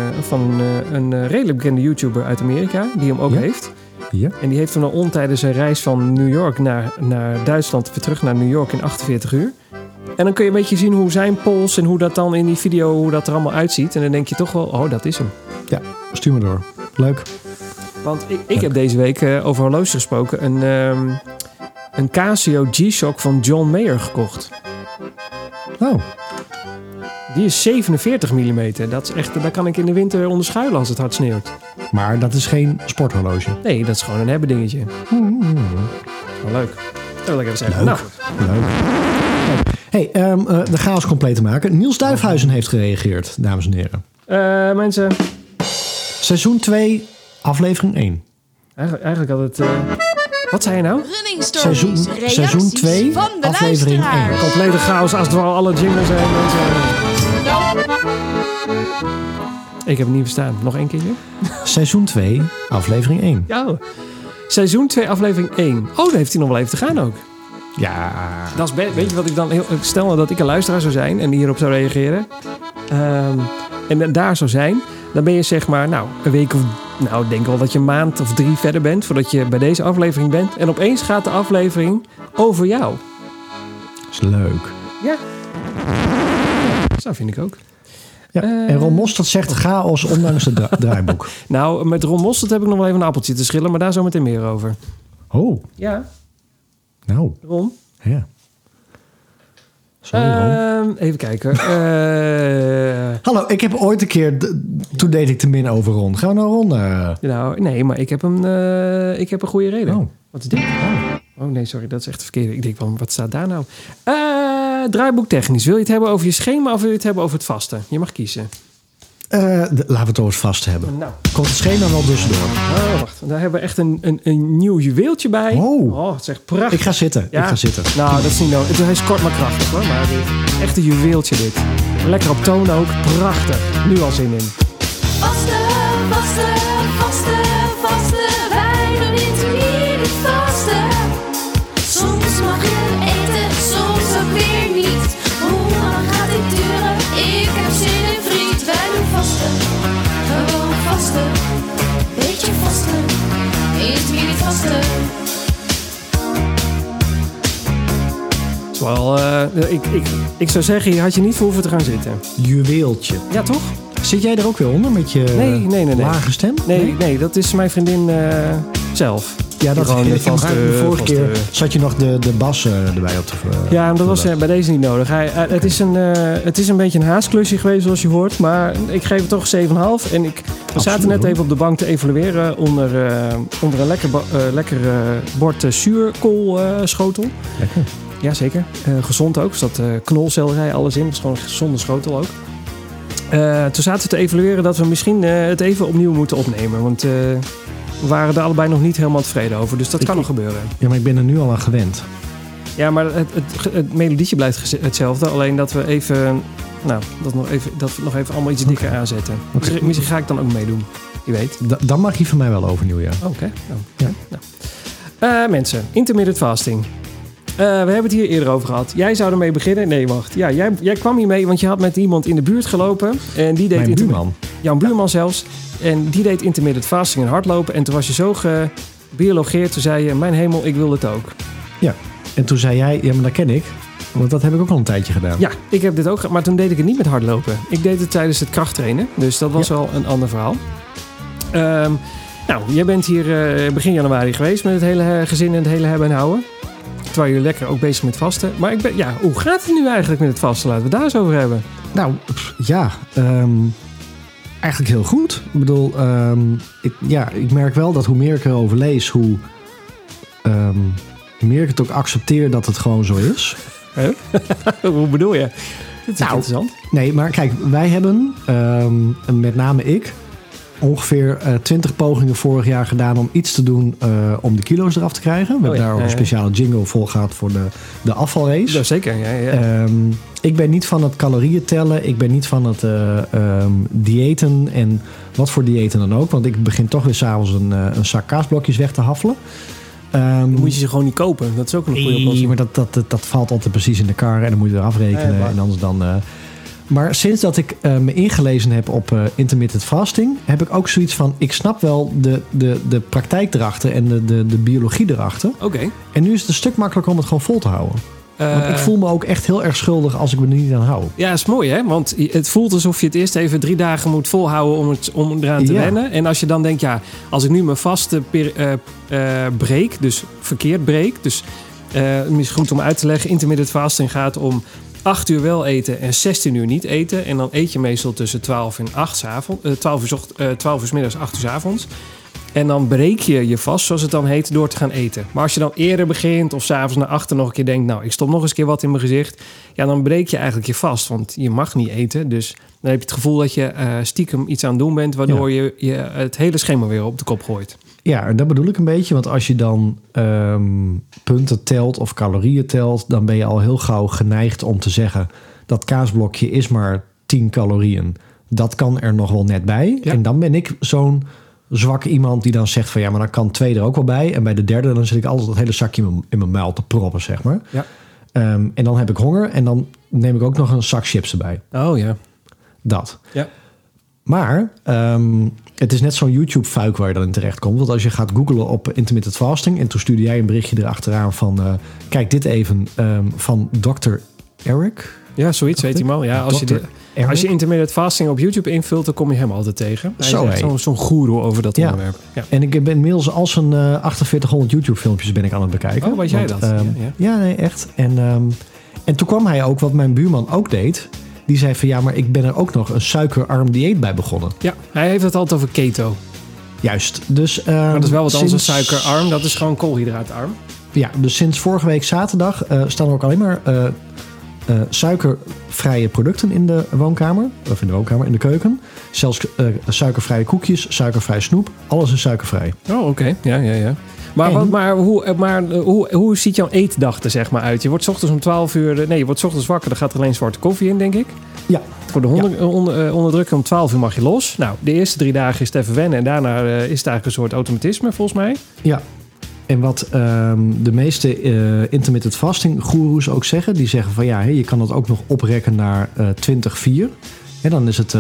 een redelijk bekende YouTuber uit Amerika, die hem ook heeft. Ja. En die heeft hem al tijdens een reis van New York naar Duitsland weer terug naar New York in 48 uur. En dan kun je een beetje zien hoe zijn pols en hoe dat dan in die video, hoe dat er allemaal uitziet. En dan denk je toch wel, dat is hem. Ja, stuur me door. Leuk. Want ik heb deze week over horloges gesproken een Casio G-Shock van John Mayer gekocht. Oh, Die is 47 mm. Dat is echt, daar kan ik in de winter onder schuilen als het hard sneeuwt. maar dat is geen sporthorloge. Nee, dat is gewoon een hebben dingetje. Wel leuk. Dat wil ik even zeggen. Leuk. Nou, Leuk. Hey, de chaos compleet te maken. Niels Duifhuizen heeft gereageerd, dames en heren. mensen. Seizoen 2, aflevering 1. Eigenlijk had het... wat zei je nou? Running Stories. Seizoen 2, van de aflevering luisteraar. 1. Complete chaos als het wel alle jingles zijn. Mensen. Ik heb het niet verstaan. Nog één keertje? Seizoen 2, aflevering 1. Ja. Seizoen 2, aflevering 1. Oh, dan heeft hij nog wel even te gaan ook. Ja. Dat is weet je wat ik dan... Stel nou dat ik een luisteraar zou zijn en die hierop zou reageren. En daar zou zijn. Dan ben je zeg maar, een week of... ik denk wel dat je een maand of 3 verder bent voordat je bij deze aflevering bent. En opeens gaat de aflevering over jou. Is leuk. Ja. Dat vind ik ook. Ja. En Ron Mostert zegt chaos ondanks het draaiboek. Nou, met Ron Mostert heb ik nog wel even een appeltje te schillen, maar daar zo meteen meer over. Oh, Ja, nou. Ron. Ja. Sorry, Ron. Even kijken. Hallo, ik heb ooit een keer... Toen deed ik te min over Ron. Gaan we nou Ron? Nou, nee, maar ik heb een goede reden. Oh. Wat is dit? Oh nee, sorry, dat is echt verkeerd. Ik denk van, wat staat daar nou? Draaiboek technisch. Wil je het hebben over je schema of wil je het hebben over het vaste? Je mag kiezen. Laten we het over het vast hebben. Nou, Komt het schema wel tussendoor? wacht. Daar hebben we echt een nieuw juweeltje bij. Oh. Het is echt prachtig. Ik ga zitten. Ja. Ik ga zitten. Nou, dat is niet nodig. Hij is kort maar krachtig hoor. Maar echt een juweeltje dit. Lekker op toon ook. Prachtig. Nu al zin in. Vaste, vaste, vaste, vaste. Wij doen niet het vaste. Soms mag je eten, soms ook weer niet. Hoe lang gaat dit duren? Ik heb zin in friet. Wij doen vaste, gewoon vaste. Beetje vaste, niet vaste. Het is wel, ik zou zeggen, hier had je niet voor hoeven te gaan zitten. Juweeltje. Ja, toch? Zit jij er ook weer onder met je Nee. lage stem? Nee, dat is mijn vriendin zelf. Ja, dat gewoon de vorige keer vaste- zat je nog de bas erbij op te Ja, maar dat was bij deze niet nodig. Het is een beetje een haasklusje geweest, zoals je hoort. Maar ik geef het toch 7,5. En we zaten net hoor. even op de bank te evalueren onder een lekker bord zuurkoolschotel. Lekker. Jazeker. Gezond ook. Er zat knolselderij, alles in. Het is gewoon een gezonde schotel ook. Toen zaten we te evalueren dat we misschien het even opnieuw moeten opnemen. Want we waren er allebei nog niet helemaal tevreden over. Dus dat kan nog gebeuren. Ja, maar ik ben er nu al aan gewend. Ja, maar het melodietje blijft hetzelfde. Alleen dat we even... dat we nog even allemaal iets dikker aanzetten. Misschien ga ik dan ook meedoen. Je weet. Dan mag je van mij wel overnieuw, ja. Oké. Ja. Mensen, intermittent fasting. We hebben het hier eerder over gehad. Jij zou ermee beginnen. Nee, wacht. Ja, jij kwam hiermee, want je had met iemand in de buurt gelopen. En die deed Mijn buurman. Jouw buurman zelfs. En die deed intermittent fasting en hardlopen. En toen was je zo gebiologeerd. Toen zei je, mijn hemel, ik wil het ook. Ja. En toen zei jij, ja, maar dat ken ik. Want dat heb ik ook al een tijdje gedaan. Ja, ik heb dit ook. Maar toen deed ik het niet met hardlopen. Ik deed het tijdens het krachttrainen. Dus dat was wel een ander verhaal. Jij bent hier begin januari geweest met het hele gezin en het hele hebben en houden. Terwijl jullie lekker ook bezig met vasten. Maar hoe gaat het nu eigenlijk met het vasten? Laten we het daar eens over hebben. Nou, eigenlijk heel goed. Ik bedoel, ik merk wel dat hoe meer ik erover lees, hoe meer ik het ook accepteer dat het gewoon zo is. Hoe bedoel je? Dit is interessant. Nee, maar kijk, wij hebben, met name ik, ongeveer 20 pogingen vorig jaar gedaan om iets te doen om de kilo's eraf te krijgen. We hebben daar ook een speciale jingle voor gehad voor de afvalrace. Ja, zeker. Ja. Ik ben niet van het calorieën tellen. Ik ben niet van het diëten en wat voor diëten dan ook. Want ik begin toch weer s'avonds een zak kaasblokjes weg te haffelen. Dan moet je ze gewoon niet kopen. Dat is ook een goede oplossing. Maar dat valt altijd precies in de kar en dan moet je eraf rekenen. En anders dan... Maar sinds dat ik me ingelezen heb op intermittent fasting, heb ik ook zoiets van, ik snap wel de praktijk erachter en de biologie erachter. Oké. En nu is het een stuk makkelijker om het gewoon vol te houden. Want ik voel me ook echt heel erg schuldig als ik me er niet aan hou. Ja, dat is mooi, hè? Want het voelt alsof je het eerst even 3 dagen moet volhouden om eraan te wennen. En als je dan denkt, ja, als ik nu mijn vaste break, dus verkeerd break. Dus het is goed om uit te leggen. Intermittent fasting gaat om 8 uur wel eten en 16 uur niet eten. En dan eet je meestal tussen 12 en 8 s'avonds. 12 uur 's middags, 8 uur 's avonds. En dan breek je je vast, zoals het dan heet, door te gaan eten. Maar als je dan eerder begint of 's avonds naar achter nog een keer denkt... nou, ik stop nog eens een keer wat in mijn gezicht... ja, dan breek je eigenlijk je vast, want je mag niet eten. Dus dan heb je het gevoel dat je stiekem iets aan het doen bent... waardoor je het hele schema weer op de kop gooit. Ja, en dat bedoel ik een beetje. Want als je dan punten telt of calorieën telt... dan ben je al heel gauw geneigd om te zeggen... dat kaasblokje is maar 10 calorieën. Dat kan er nog wel net bij. Ja. En dan ben ik zo'n zwak iemand die dan zegt van... ja, maar dan kan 2 er ook wel bij. En bij de derde dan zit ik altijd dat hele zakje in mijn muil te proppen, zeg maar. Ja. En dan heb ik honger en dan neem ik ook nog een zak chips erbij. Oh ja. Dat. Ja. Maar het is net zo'n YouTube-fuik waar je dan in terecht komt. Want als je gaat googlen op intermittent fasting... en toen stuurde jij een berichtje erachteraan van... kijk dit even van Dr. Eric. Ja, zoiets heet die man. Ja, als je intermittent fasting op YouTube invult... dan kom je hem altijd tegen. Hij is zo'n goeroe over dat onderwerp. Ja. En ik ben inmiddels al zo'n 4800 YouTube-filmpjes ben ik aan het bekijken. Oh, weet jij dat? Ja, nee, echt. En toen kwam hij ook, wat mijn buurman ook deed... Die zei van ja, maar ik ben er ook nog een suikerarm dieet bij begonnen. Ja, hij heeft het altijd over keto. Juist. Dus, maar dat is wel wat anders dan suikerarm. Dat is gewoon koolhydraatarm. Ja, dus sinds vorige week zaterdag staan er ook alleen maar suikervrije producten in de woonkamer. Of in de keuken. Zelfs suikervrije koekjes, suikervrij snoep. Alles is suikervrij. Oh, oké. Ja. Maar hoe ziet jouw eetdag er zeg maar uit? Je wordt 's ochtends om 12 uur... Nee, je wordt 's ochtends wakker. Dan gaat er alleen zwarte koffie in, denk ik. Ja. Voor de onderdrukken om 12 uur mag je los. Nou, de eerste 3 dagen is het even wennen. En daarna is het eigenlijk een soort automatisme, volgens mij. Ja. En wat de meeste intermittent fasting goeroes ook zeggen... die zeggen van ja, je kan dat ook nog oprekken naar 20-4. En dan is het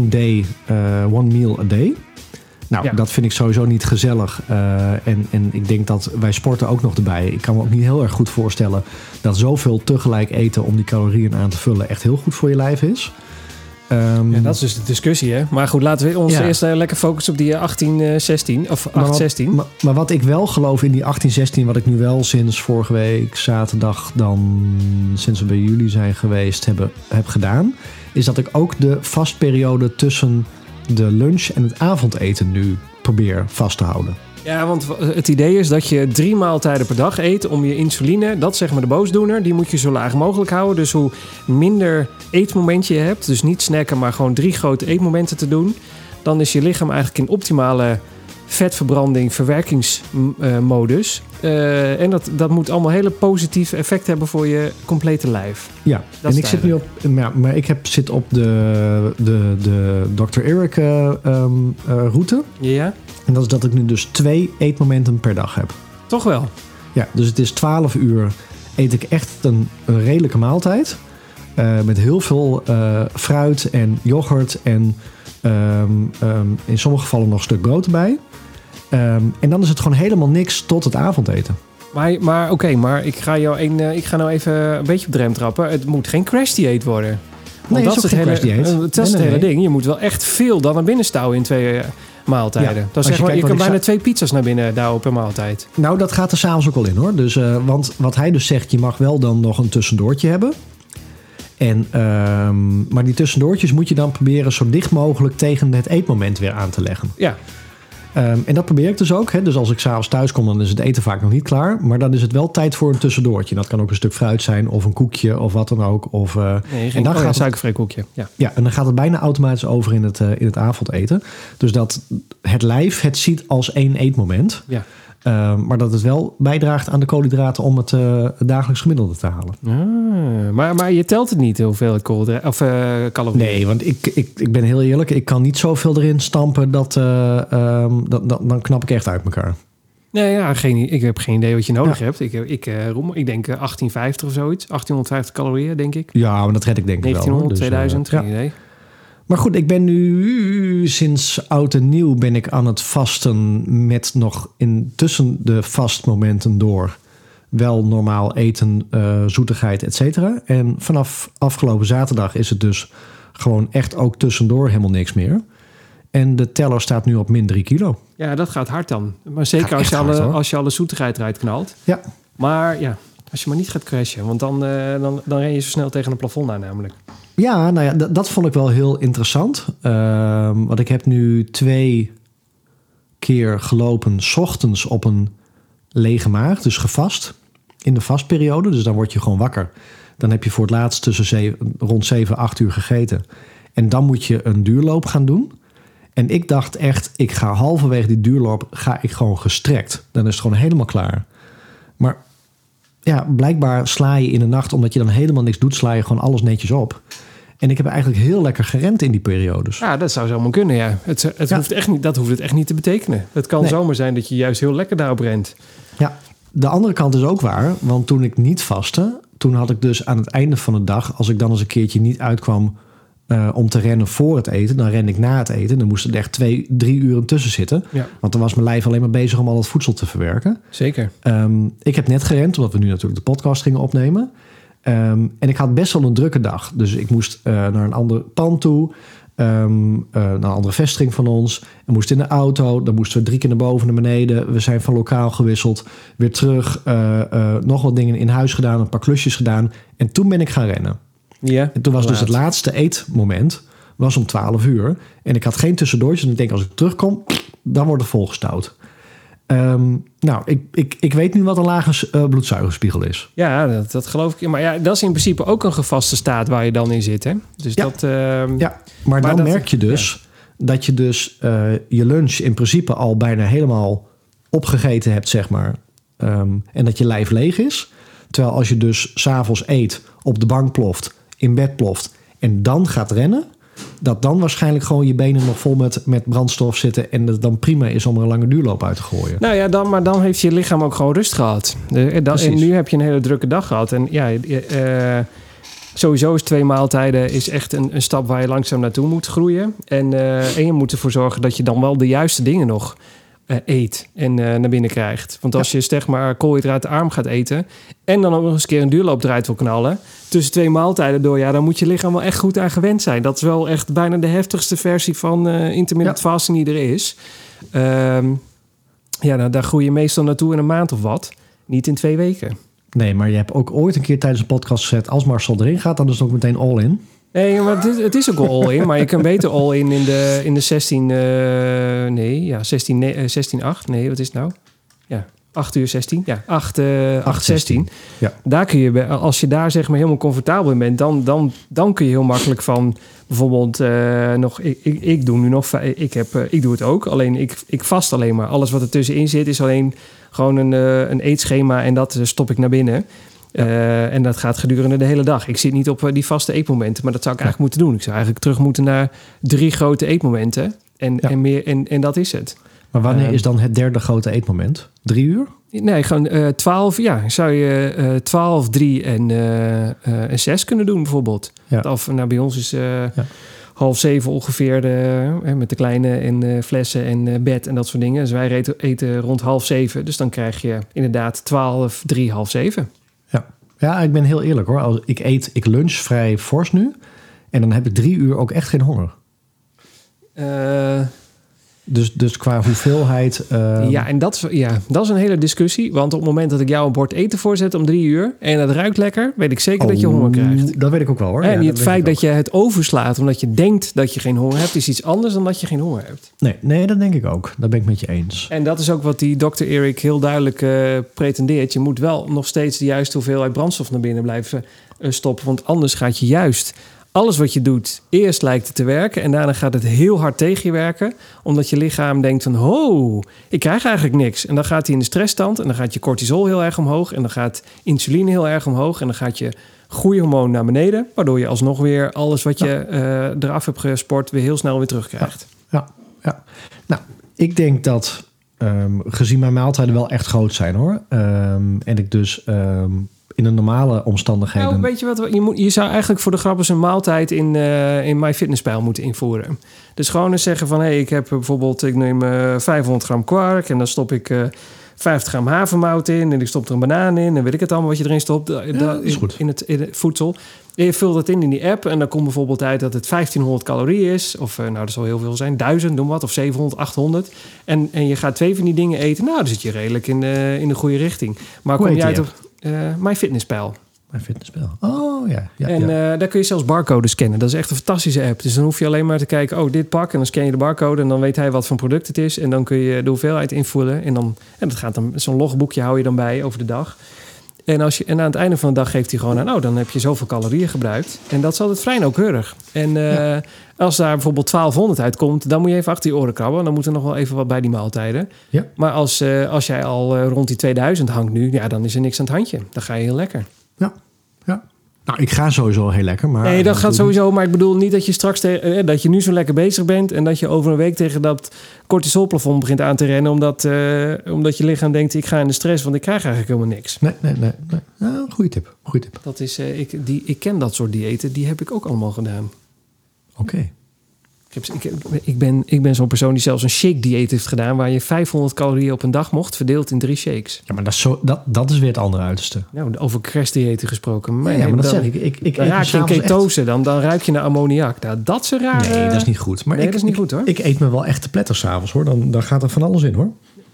one meal a day. Nou, dat vind ik sowieso niet gezellig. En ik denk dat wij sporten ook nog erbij. Ik kan me ook niet heel erg goed voorstellen... dat zoveel tegelijk eten om die calorieën aan te vullen... echt heel goed voor je lijf is. Ja, dat is dus de discussie, hè? Maar goed, laten we ons eerst lekker focussen op die 18-16 of 8-16. Maar wat ik wel geloof in die 18-16... wat ik nu wel sinds vorige week zaterdag... dan sinds we bij jullie zijn geweest heb gedaan... is dat ik ook de vastperiode tussen... de lunch en het avondeten nu probeer vast te houden. Ja, want het idee is dat je 3 maaltijden per dag eet... om je insuline, dat is zeg maar de boosdoener... die moet je zo laag mogelijk houden. Dus hoe minder eetmomentje je hebt... dus niet snacken, maar gewoon 3 grote eetmomenten te doen... dan is je lichaam eigenlijk in optimale vetverbranding, verwerkingsmodus. En dat moet allemaal hele positieve effect hebben voor je complete lijf. Ja, en ik zit nu op, maar ik zit op de Dr. Eric route. Ja. En dat is dat ik nu dus 2 eetmomenten per dag heb. Toch wel? Ja, dus het is 12 uur eet ik echt een redelijke maaltijd. Met heel veel fruit en yoghurt en in sommige gevallen nog een stuk brood erbij. En dan is het gewoon helemaal niks tot het avondeten. Maar ik ga nou even een beetje op de rem trappen. Het moet geen crash dieet worden. Want dat is het hele ding. Je moet wel echt veel dan naar binnen stouwen in 2 maaltijden. Ja, dat zeg maar, je kan bijna 2 pizza's naar binnen douwen per maaltijd. Nou, dat gaat er s'avonds ook wel in hoor. Dus, want wat hij dus zegt, je mag wel dan nog een tussendoortje hebben. Maar die tussendoortjes moet je dan proberen zo dicht mogelijk tegen het eetmoment weer aan te leggen. Ja. En dat probeer ik dus ook. Hè. Dus als ik s'avonds thuis kom, dan is het eten vaak nog niet klaar. Maar dan is het wel tijd voor een tussendoortje. Dat kan ook een stuk fruit zijn of een koekje of wat dan ook. Geen suikervrij koekje. Ja, en dan gaat het bijna automatisch over in het avondeten. Dus dat het lijf het ziet als 1 eetmoment. Ja. Maar dat het wel bijdraagt aan de koolhydraten om het dagelijks gemiddelde te halen. Maar je telt het niet hoeveel calorieën? Nee, want ik ben heel eerlijk. Ik kan niet zoveel erin stampen dan knap ik echt uit elkaar. Nee, ja, ik heb geen idee wat je nodig hebt. Ik denk 1850 of zoiets. 1850 calorieën, denk ik. Ja, maar dat red ik denk ik wel. 1900, 2000, geen idee. Maar goed, ik ben nu sinds oud en nieuw ben ik aan het vasten met nog tussen de vastmomenten door wel normaal eten, zoetigheid, et cetera. En vanaf afgelopen zaterdag is het dus gewoon echt ook tussendoor helemaal niks meer. En de teller staat nu op min 3 kilo. Ja, dat gaat hard dan. Maar zeker als je alle zoetigheid eruit knalt. Ja. Maar ja, als je maar niet gaat crashen. Want dan ren je zo snel tegen een plafond aan namelijk. Ja, nou ja, dat vond ik wel heel interessant. Want ik heb nu 2 keer gelopen 's ochtends op een lege maag. Dus gevast. In de vastperiode. Dus dan word je gewoon wakker. Dan heb je voor het laatst rond 7, 8 uur gegeten. En dan moet je een duurloop gaan doen. En ik dacht echt, ik ga halverwege die duurloop ga ik gewoon gestrekt. Dan is het gewoon helemaal klaar. Maar ja, blijkbaar sla je in de nacht, omdat je dan helemaal niks doet, sla je gewoon alles netjes op. En ik heb eigenlijk heel lekker gerend in die periodes. Ja, dat zou zomaar kunnen, ja. Hoeft echt niet, dat hoeft het echt niet te betekenen. Het kan zomaar zijn dat je juist heel lekker daarop rent. Ja, de andere kant is ook waar. Want toen ik niet vastte, toen had ik dus aan het einde van de dag, als ik dan eens een keertje niet uitkwam om te rennen voor het eten, dan ren ik na het eten. Dan moest er echt 2, 3 uren tussen zitten. Ja. Want dan was mijn lijf alleen maar bezig om al het voedsel te verwerken. Zeker. Ik heb net gerend, omdat we nu natuurlijk de podcast gingen opnemen. En ik had best wel een drukke dag. Dus ik moest naar een ander pand toe. Naar een andere vestiging van ons. En moest in de auto. Dan moesten we 3 keer naar boven en naar beneden. We zijn van lokaal gewisseld. Weer terug. Nog wat dingen in huis gedaan. Een paar klusjes gedaan. En toen ben ik gaan rennen. Ja, en toen was dus het laatste eetmoment. Was om 12 uur. En ik had geen tussendoortjes. En ik denk, als ik terugkom, dan wordt het volgestouwd. Nou, ik weet nu wat een lage bloedsuikerspiegel is. Ja, dat geloof ik. Maar ja, dat is in principe ook een gevaste staat waar je dan in zit, hè? Dus ja. Maar dan merk je dus dat je dus je lunch in principe al bijna helemaal opgegeten hebt, zeg maar. En dat je lijf leeg is. Terwijl als je dus 's avonds eet, op de bank ploft, in bed ploft en dan gaat rennen, dat dan waarschijnlijk gewoon je benen nog vol met brandstof zitten en het dan prima is om er een lange duurloop uit te gooien. Nou ja, dan heeft je lichaam ook gewoon rust gehad. En nu heb je een hele drukke dag gehad. En ja, sowieso is 2 maaltijden is echt een stap waar je langzaam naartoe moet groeien. En je moet ervoor zorgen dat je dan wel de juiste dingen nog eet en naar binnen krijgt. Want als je zeg maar koolhydraatarm gaat eten en dan ook nog eens een keer een duurloop eruit wil knallen tussen 2 maaltijden door, ja, dan moet je lichaam wel echt goed aan gewend zijn. Dat is wel echt bijna de heftigste versie van intermittent fasting die er is. Daar groei je meestal naartoe in een maand of wat. Niet in 2 weken. Nee, maar je hebt ook ooit een keer tijdens een podcast gezegd, als Marcel erin gaat, dan is het ook meteen all in. Nee, maar het is ook wel all-in. Maar je kan beter all-in in de 16... 16-8. Nee, wat is het nou? Ja, 8 uur 16. Ja, 8-16. Ja. Daar kun je, als je daar zeg maar helemaal comfortabel in bent, dan kun je heel makkelijk van bijvoorbeeld nog... Ik doe nu nog... Ik doe het ook. Alleen ik vast alleen maar. Alles wat er tussenin zit is alleen gewoon een eetschema en dat stop ik naar binnen. En dat gaat gedurende de hele dag. Ik zit niet op die vaste eetmomenten, maar dat zou ik eigenlijk moeten doen. Ik zou eigenlijk terug moeten naar 3 grote eetmomenten. En dat is het. Maar wanneer is dan het derde grote eetmoment? 3 uur? Nee, gewoon 12. Ja, zou je 12, 3 en 6 kunnen doen bijvoorbeeld. Ja. Bij ons is 6:30 ongeveer met de kleine en flessen en bed en dat soort dingen. Dus wij eten rond 6:30. Dus dan krijg je inderdaad 12, 3, 6:30. Ja, ik ben heel eerlijk hoor. Ik lunch vrij fors nu. En dan heb ik 3 uur ook echt geen honger. Dus qua hoeveelheid... Ja, en dat is een hele discussie. Want op het moment dat ik jou een bord eten voorzet om 3 uur... en dat ruikt lekker, weet ik zeker dat je honger krijgt. Dat weet ik ook wel hoor. En het feit dat je het overslaat omdat je denkt dat je geen honger hebt... is iets anders dan dat je geen honger hebt. Nee, dat denk ik ook. Dat ben ik met je eens. En dat is ook wat die Dr. Eric heel duidelijk pretendeert. Je moet wel nog steeds de juiste hoeveelheid brandstof naar binnen blijven stoppen. Want anders gaat je juist... alles wat je doet, eerst lijkt het te werken... en daarna gaat het heel hard tegen je werken... omdat je lichaam denkt van... ik krijg eigenlijk niks. En dan gaat hij in de stressstand... en dan gaat je cortisol heel erg omhoog... en dan gaat insuline heel erg omhoog... en dan gaat je groeihormoon naar beneden... waardoor je alsnog weer alles wat je eraf hebt gesport... weer heel snel weer terugkrijgt. Ja. Nou, ik denk dat... gezien mijn maaltijden wel echt groot zijn, hoor. En ik dus... in een normale omstandigheden... Nou, weet je wat? Je zou eigenlijk voor de grap eens een maaltijd in MyFitnessPal moeten invoeren. Dus gewoon eens zeggen van... ik heb bijvoorbeeld... ik neem 500 gram kwark... en dan stop ik 50 gram havermout in en ik stop er een banaan in en weet ik het allemaal wat je erin stopt. dat is goed. In het voedsel. En je vult het in die app en dan komt bijvoorbeeld uit dat het 1500 calorieën is. Of dat zal heel veel zijn. 1000, noem wat. Of 700, 800. En je gaat 2 van die dingen eten. Nou, dan zit je redelijk in de goede richting. Maar Hoe kom je heet uit die op MyFitnessPal. MyFitnessPal. Oh, ja. En daar kun je zelfs barcodes scannen. Dat is echt een fantastische app. Dus dan hoef je alleen maar te kijken, oh, dit pak. En dan scan je de barcode en dan weet hij wat voor product het is. En dan kun je de hoeveelheid invullen. En dat gaat dan, zo'n logboekje hou je dan bij over de dag. En aan het einde van de dag geeft hij gewoon aan, dan heb je zoveel calorieën gebruikt. En dat is altijd vrij nauwkeurig. En als daar bijvoorbeeld 1200 uitkomt, dan moet je even achter je oren krabben. Dan moet er nog wel even wat bij die maaltijden. Ja. Maar als jij al rond die 2000 hangt nu, dan is er niks aan het handje. Dan ga je heel lekker. Ja. Nou, ik ga sowieso heel lekker. Maar Nee, dat gaat sowieso. Maar ik bedoel niet dat je straks dat je nu zo lekker bezig bent en dat je over een week tegen dat cortisolplafond begint aan te rennen, omdat je lichaam denkt, ik ga in de stress, want ik krijg eigenlijk helemaal niks. Nee. Ja, goeie tip. Dat is, ik ken dat soort diëten, die heb ik ook allemaal gedaan. Oké. Ik ben zo'n persoon die zelfs een shake dieet heeft gedaan, waar je 500 calorieën op een dag mocht, verdeeld in 3 shakes. Ja, maar dat is weer het andere uiterste. Nou, over crashdiëten gesproken. Maar dat zeg ik. Dan raak je in ketose, dan ruik je naar ammoniak. Nou, dat is een raar... Nee, dat is niet goed. Maar dat is niet goed, hoor. Ik eet me wel echt te pletter 's avonds, hoor. Dan gaat er van alles in, hoor.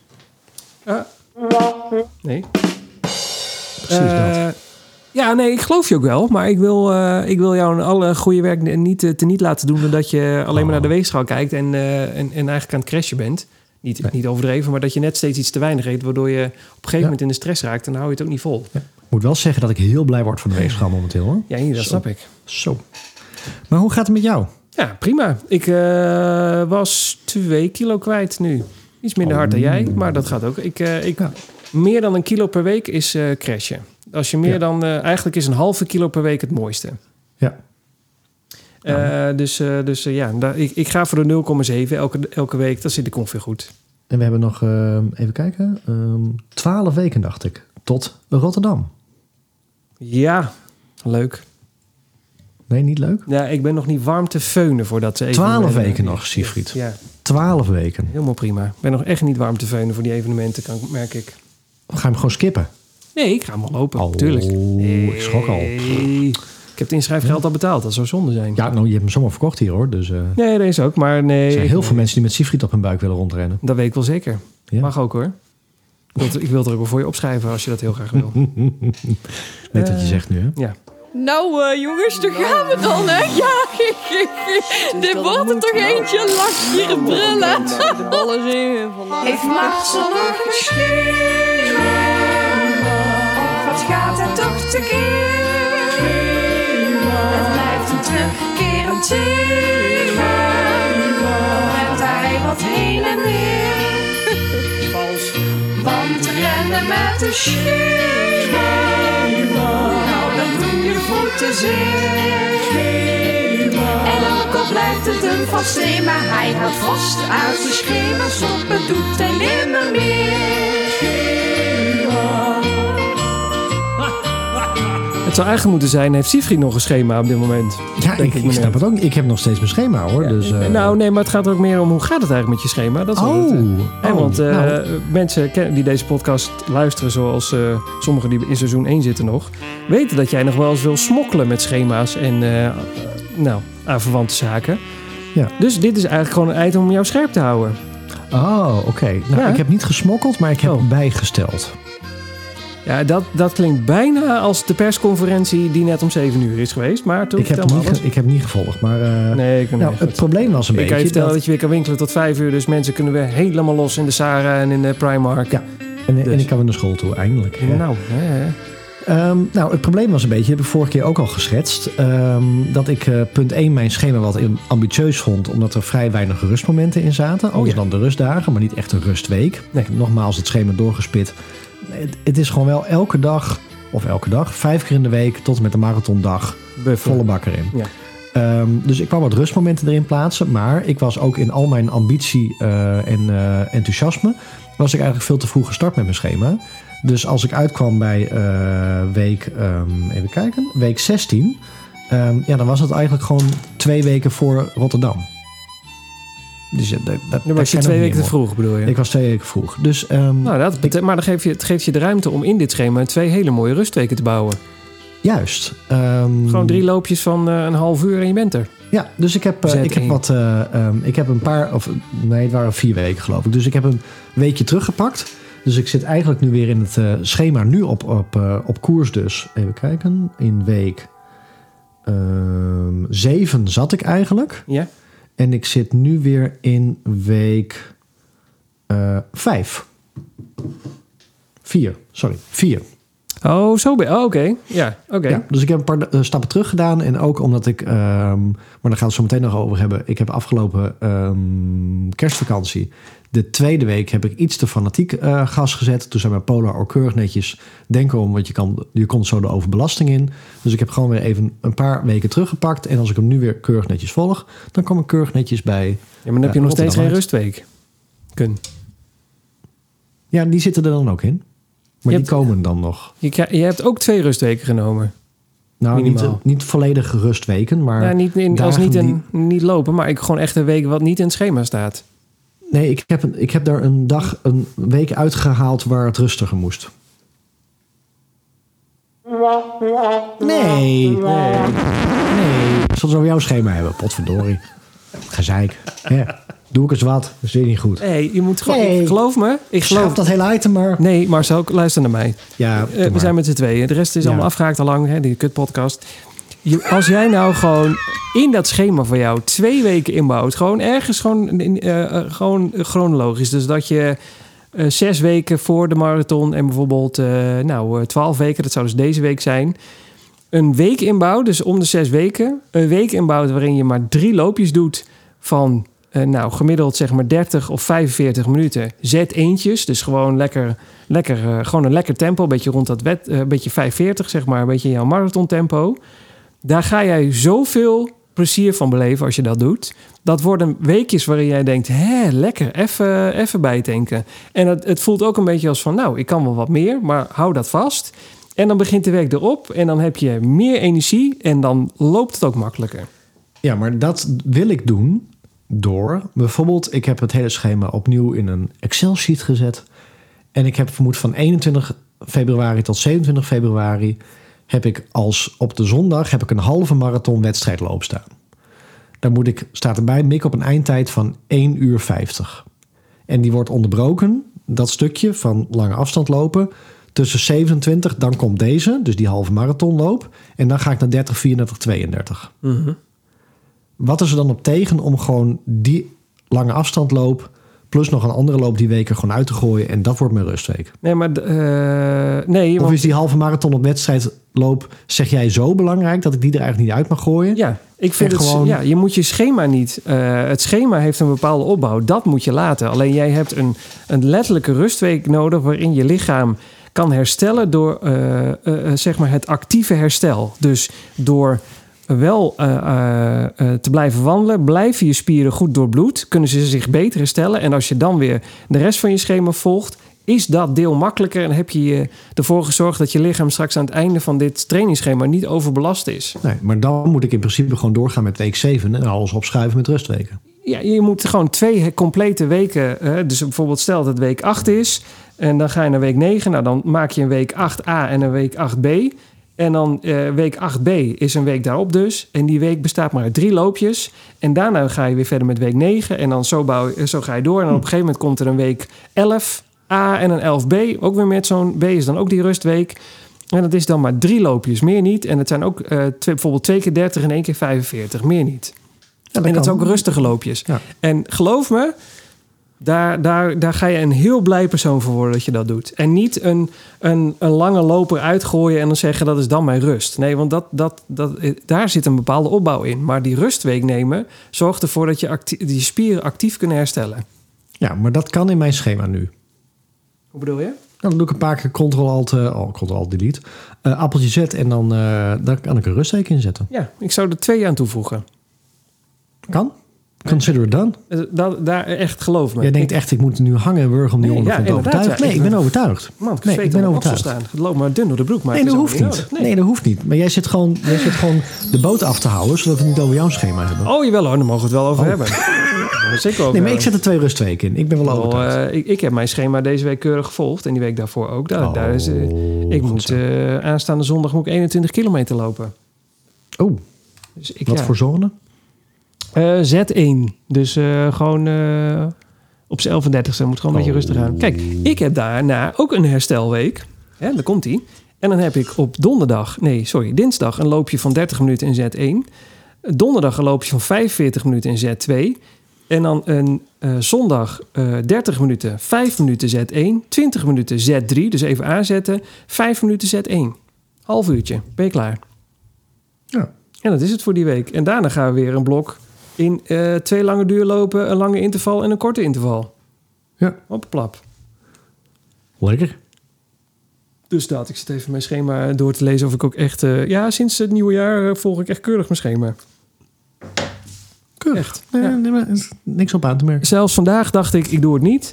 Nee. Precies dat. Ja, nee, ik geloof je ook wel. Maar ik wil jou alle goede werk niet laten doen, doordat je alleen maar naar de weegschaal kijkt en eigenlijk aan het crashen bent. Niet overdreven, maar dat je net steeds iets te weinig eet, waardoor je op een gegeven moment in de stress raakt, dan hou je het ook niet vol. Ja. Ik moet wel zeggen dat ik heel blij word van de weegschaal momenteel, hoor. Ja, dat snap ik. Zo. Maar hoe gaat het met jou? Ja, prima. Ik was 2 kilo kwijt nu. Iets minder hard dan jij, maar dat gaat ook. Meer dan 1 kilo per week is crashen. Als je meer dan... eigenlijk is een halve kilo per week het mooiste. Ja. Ik ga voor de 0,7 elke week. Dat zit ik ongeveer goed. En we hebben nog, even kijken, 12 weken, dacht ik, tot Rotterdam. Ja, leuk. Nee, niet leuk? Ja, ik ben nog niet warm te feunen voordat ze 12 weken nog, Siegfried. Ja. 12 weken. Helemaal prima. Ik ben nog echt niet warm te veunen voor die evenementen, merk ik. Ga je hem gewoon skippen? Nee, ik ga hem wel lopen, natuurlijk. Nee, ik schrok al. Ik heb het inschrijfgeld al betaald, dat zou zonde zijn. Ja, nou, je hebt hem zomaar verkocht hier, hoor. Dus, nee, deze ook, maar nee. Er zijn heel veel mensen die met Siegfried op hun buik willen rondrennen. Dat weet ik wel zeker. Ja. Mag ook, hoor. Ik wil er ook wel voor je opschrijven als je dat heel graag wil. Weet wat je zegt nu, hè? Ja. Nou jongens, daar gaan we dan, hè? Ja, dit wordt er toch eentje, lach hier brullen. De ballen zingen vandaag. Heeft Marcel nog geschreven? Wat gaat het toch tekeer? Het blijft een terugkerend thema. Rent hij wat heen en weer? Vals. Want rennen met een schema. Nou, dan doen je voeten zeer. En ook al blijft het een vast thema, hij houdt vast uit de schema. Stoppen doet hij nimmer meer. Het zou eigenlijk moeten zijn, heeft Siegfried nog een schema op dit moment? Ja, ik snap het ook niet. Ik heb nog steeds mijn schema, hoor. Ja, Dus, nou, nee, maar het gaat er ook meer om hoe gaat het eigenlijk met je schema? Dat is want mensen die deze podcast luisteren, zoals sommigen die in seizoen 1 zitten nog, weten dat jij nog wel eens wil smokkelen met schema's en aan verwante zaken. Ja. Dus dit is eigenlijk gewoon een item om jou scherp te houden. Oh, oké. Nou, Ja. ik heb niet gesmokkeld, maar ik heb bijgesteld. Ja, dat klinkt bijna als de persconferentie die net om 7 uur is geweest. Maar toen Ik heb niet gevolgd, maar... Nee, ik ben nou, niet het goed. probleem was een Ik kan je beetje... vertellen dat je weer kan winkelen tot 5 uur. Dus mensen kunnen weer helemaal los in de Zara en in de Primark. Ja, en Dus. ik kan weer naar school toe, eindelijk. Ja. Nou, Nou, het probleem was een beetje, heb ik vorige keer ook al geschetst, dat ik punt 1 mijn schema wat ambitieus vond, omdat er vrij weinig rustmomenten in zaten. Anders dan de rustdagen, maar niet echt een rustweek. Nee. Ik heb nogmaals het schema doorgespit. Het is gewoon wel elke dag, 5 keer in de week tot en met de marathondag, volle bak erin. Ja. Dus ik kwam wat rustmomenten erin plaatsen, maar ik was ook in al mijn ambitie en enthousiasme, was ik eigenlijk veel te vroeg gestart met mijn schema. Dus als ik uitkwam bij week 16, dan was het eigenlijk gewoon 2 weken voor Rotterdam. Dus Dan was je 2 weken te vroeg, bedoel je? Ik was 2 weken vroeg. Dus, maar dan geeft je de ruimte om in dit schema 2 hele mooie rustweken te bouwen. Juist. Gewoon 3 loopjes van een half uur en je bent er. Ja, dus ik heb een paar... Nee, het waren 4 weken geloof ik. Dus ik heb een weekje teruggepakt. Dus ik zit eigenlijk nu weer in het schema nu op koers dus. Even kijken. In week 7 zat ik eigenlijk. Ja. En ik zit nu weer in week 5. 4. Sorry, 4. Oh, zo ben je. Oh, oké. Ja, oké. Ja, dus ik heb een paar stappen terug gedaan. En ook omdat ik... maar daar gaan we het zo meteen nog over hebben. Ik heb afgelopen kerstvakantie... De 2e week heb ik iets te fanatiek gas gezet. Toen zei mijn Polar ook keurig netjes... Denk erom, want je komt zo de overbelasting in. Dus ik heb gewoon weer even een paar weken teruggepakt. En als ik hem nu weer keurig netjes volg... dan kom ik keurig netjes bij... Ja, maar dan heb je nog steeds geen rustweek. Ja, die zitten er dan ook in. Maar die komen dan nog. Je hebt ook 2 rustweken genomen. Nou, niet volledige rustweken, maar... Ja, niet lopen, maar ik gewoon echt een week wat niet in het schema staat. Nee, ik heb daar een week uitgehaald waar het rustiger moest. Nee. Ik zal zo jouw schema hebben, potverdorie. Gezeik. Ja. Doe ik eens wat, dat is niet goed. Nee, je moet gewoon... Nee. Geloof me. Ik geloof dat hele item maar. Nee, Marcel, luister naar mij. Ja, we zijn met z'n tweeën. De rest is allemaal afgehaakt al lang, hè, die kutpodcast. Als jij nou gewoon in dat schema van jou 2 weken inbouwt... gewoon ergens gewoon chronologisch. Dus dat je 6 weken voor de marathon... en bijvoorbeeld 12 weken, dat zou dus deze week zijn... een week inbouwt, dus om de 6 weken... een week inbouwt waarin je maar 3 loopjes doet... van gemiddeld zeg maar 30 of 45 minuten. Zet eentjes, dus gewoon lekker gewoon een lekker tempo. Een beetje rond dat beetje 5:40 zeg maar, een beetje jouw marathon tempo... Daar ga jij zoveel plezier van beleven als je dat doet. Dat worden weekjes waarin jij denkt... lekker, even bijtanken. En het voelt ook een beetje als van... ik kan wel wat meer, maar hou dat vast. En dan begint de week erop en dan heb je meer energie... en dan loopt het ook makkelijker. Ja, maar dat wil ik doen door... Bijvoorbeeld, ik heb het hele schema opnieuw in een Excel-sheet gezet... en ik heb vermoed van 21 februari tot 27 februari... heb ik op de zondag een halve marathon wedstrijdloop staan. Daar staat erbij, mik op een eindtijd van 1 uur 50. En die wordt onderbroken, dat stukje van lange afstand lopen... tussen 27, dan komt deze, dus die halve marathonloop... en dan ga ik naar 30, 34, 32. Mm-hmm. Wat is er dan op tegen om gewoon die lange afstandloop... plus nog een andere loop die week er gewoon uit te gooien... en dat wordt mijn rustweek. Nee, maar... Of is die halve marathon op wedstrijdloop... zeg jij zo belangrijk dat ik die er eigenlijk niet uit mag gooien? Ja, ik vind het gewoon... Ja, je moet je schema niet... het schema heeft een bepaalde opbouw. Dat moet je laten. Alleen jij hebt een letterlijke rustweek nodig... waarin je lichaam kan herstellen door zeg maar het actieve herstel. Dus door... wel te blijven wandelen, blijven je spieren goed doorbloed, kunnen ze zich beter herstellen. En als je dan weer de rest van je schema volgt, is dat deel makkelijker en heb je ervoor gezorgd dat je lichaam straks aan het einde van dit trainingsschema niet overbelast is. Nee, maar dan moet ik in principe gewoon doorgaan met week 7 en alles opschuiven met rustweken. Ja, je moet gewoon 2 complete weken, dus bijvoorbeeld stel dat het week 8 is en dan ga je naar week 9, nou dan maak je een week 8a en een week 8b. En dan week 8b is een week daarop dus. En die week bestaat maar uit 3 loopjes. En daarna ga je weer verder met week 9. En dan zo ga je door. En dan op een gegeven moment komt er een week 11a en een 11b. Ook weer met zo'n B is dan ook die rustweek. En dat is dan maar 3 loopjes, meer niet. En het zijn ook bijvoorbeeld 2 keer 30 en 1 keer 45, meer niet. Ja, en dat zijn ook rustige loopjes. Ja. En geloof me... Daar ga je een heel blij persoon voor worden dat je dat doet. En niet een lange loper uitgooien en dan zeggen dat is dan mijn rust. Nee, want daar zit een bepaalde opbouw in. Maar die rustweek nemen zorgt ervoor dat je die spieren actief kunnen herstellen. Ja, maar dat kan in mijn schema nu. Hoe bedoel je? Nou, dan doe ik een paar keer Ctrl-Alt-Delete. Appeltje Z en dan daar kan ik een rustweek in zetten. Ja, ik zou er 2 aan toevoegen. Kan? Consider it done. Daar echt, geloof me. Jij denkt echt, ik moet nu hangen en wurgen om die jongen van te overtuigen. Nee, ik ben overtuigd. Man, ik ben overtuigd. Het loopt maar dun door de broek. Maar nee, dat hoeft niet. Nee, dat hoeft niet. Maar jij zit gewoon de boot af te houden, zodat we het niet over jouw schema hebben. Oh, jawel hoor, daar mogen we het wel over hebben. Zeker ook. Nee, maar ik zet er 2 rustweken in. Ik ben wel overtuigd. Ik heb mijn schema deze week keurig gevolgd. En die week daarvoor ook. Ik moet aanstaande zondag 21 kilometer lopen. Oh, dus wat voor zone? Z1. Dus gewoon op z'n 11:30. Moet gewoon een beetje rustig aan. Kijk, ik heb daarna ook een herstelweek. Hè, daar komt hij. En dan heb ik op dinsdag een loopje van 30 minuten in Z1. Donderdag een loopje van 45 minuten in Z2. En dan een zondag 30 minuten, 5 minuten Z1, 20 minuten Z3. Dus even aanzetten. 5 minuten Z1. Half uurtje. Ben je klaar? Ja. En dat is het voor die week. En daarna gaan we weer een blok in 2 lange duurlopen, een lange interval en een korte interval. Ja. Hopplap. Lekker. Dus dat. Ik zit even mijn schema door te lezen of ik ook echt... sinds het nieuwe jaar volg ik echt keurig mijn schema. Keurig. Echt. Nee, maar niks op aan te merken. Zelfs vandaag dacht ik doe het niet.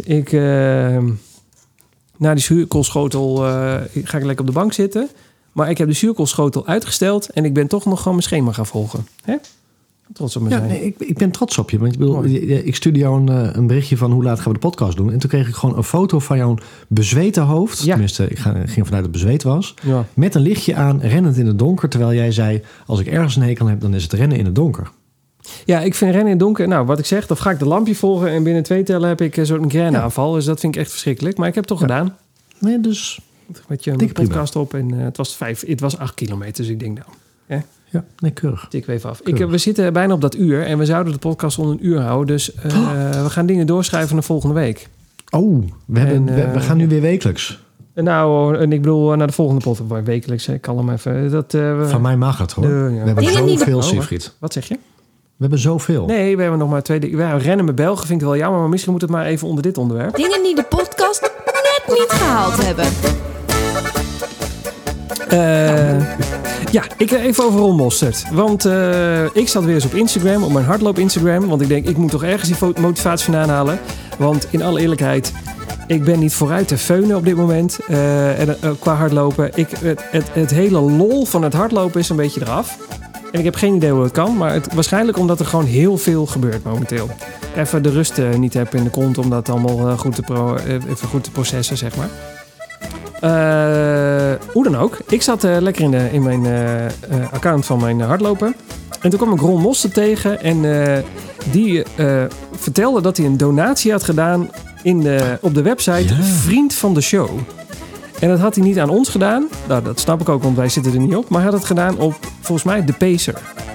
Na die zuurkoolschotel ga ik lekker op de bank zitten. Maar ik heb de zuurkoolschotel uitgesteld en ik ben toch nog gewoon mijn schema gaan volgen. Hè? Trots op mezelf. Nee, ik ben trots op je. Want ik stuurde jou een berichtje van hoe laat gaan we de podcast doen. En toen kreeg ik gewoon een foto van jouw bezweten hoofd. Ja. Tenminste, ik ging vanuit dat het bezweet was. Ja. Met een lichtje aan, rennend in het donker. Terwijl jij zei, als ik ergens een hekel heb, dan is het rennen in het donker. Ja, ik vind rennen in het donker... Nou, wat ik zeg, dan ga ik de lampje volgen... en binnen 2 tellen heb ik zo'n migraineaanval. Dus dat vind ik echt verschrikkelijk. Maar ik heb het toch gedaan. Nee, dus... Met je een podcast op en het was 8 kilometer. Dus ik denk nou... Ja, nee, keurig. Tik even af. We zitten bijna op dat uur en we zouden de podcast onder een uur houden. Dus we gaan dingen doorschrijven naar volgende week. Oh, we gaan nu weer wekelijks. Nou, en ik bedoel naar de volgende podcast. Wekelijks, ik kan hem even... Van mij mag het hoor. We hebben zoveel, Siegfried. Wat zeg je? We hebben zoveel. Nee, we hebben nog maar 2 dingen. We rennen met Belgen, vind ik wel jammer. Maar misschien moet het maar even onder dit onderwerp. Dingen die de podcast net niet gehaald hebben. Ik even over Ron Mostert. Want ik zat weer eens op Instagram, op mijn hardloop Instagram. Want ik denk, ik moet toch ergens die motivatie vandaan halen. Want in alle eerlijkheid, ik ben niet vooruit te feunen op dit moment. Qua hardlopen. Het hele lol van het hardlopen is een beetje eraf. En ik heb geen idee hoe het kan. Maar waarschijnlijk omdat er gewoon heel veel gebeurt momenteel. Even de rust niet heb in de kont om dat allemaal goed te processen, zeg maar. Hoe dan ook. Ik zat lekker in mijn account van mijn hardlopen. En toen kwam ik Ron Mostert tegen. En die vertelde dat hij een donatie had gedaan op de website Vriend van de Show. En dat had hij niet aan ons gedaan. Nou, dat snap ik ook, want wij zitten er niet op. Maar hij had het gedaan op, volgens mij, de Pacer.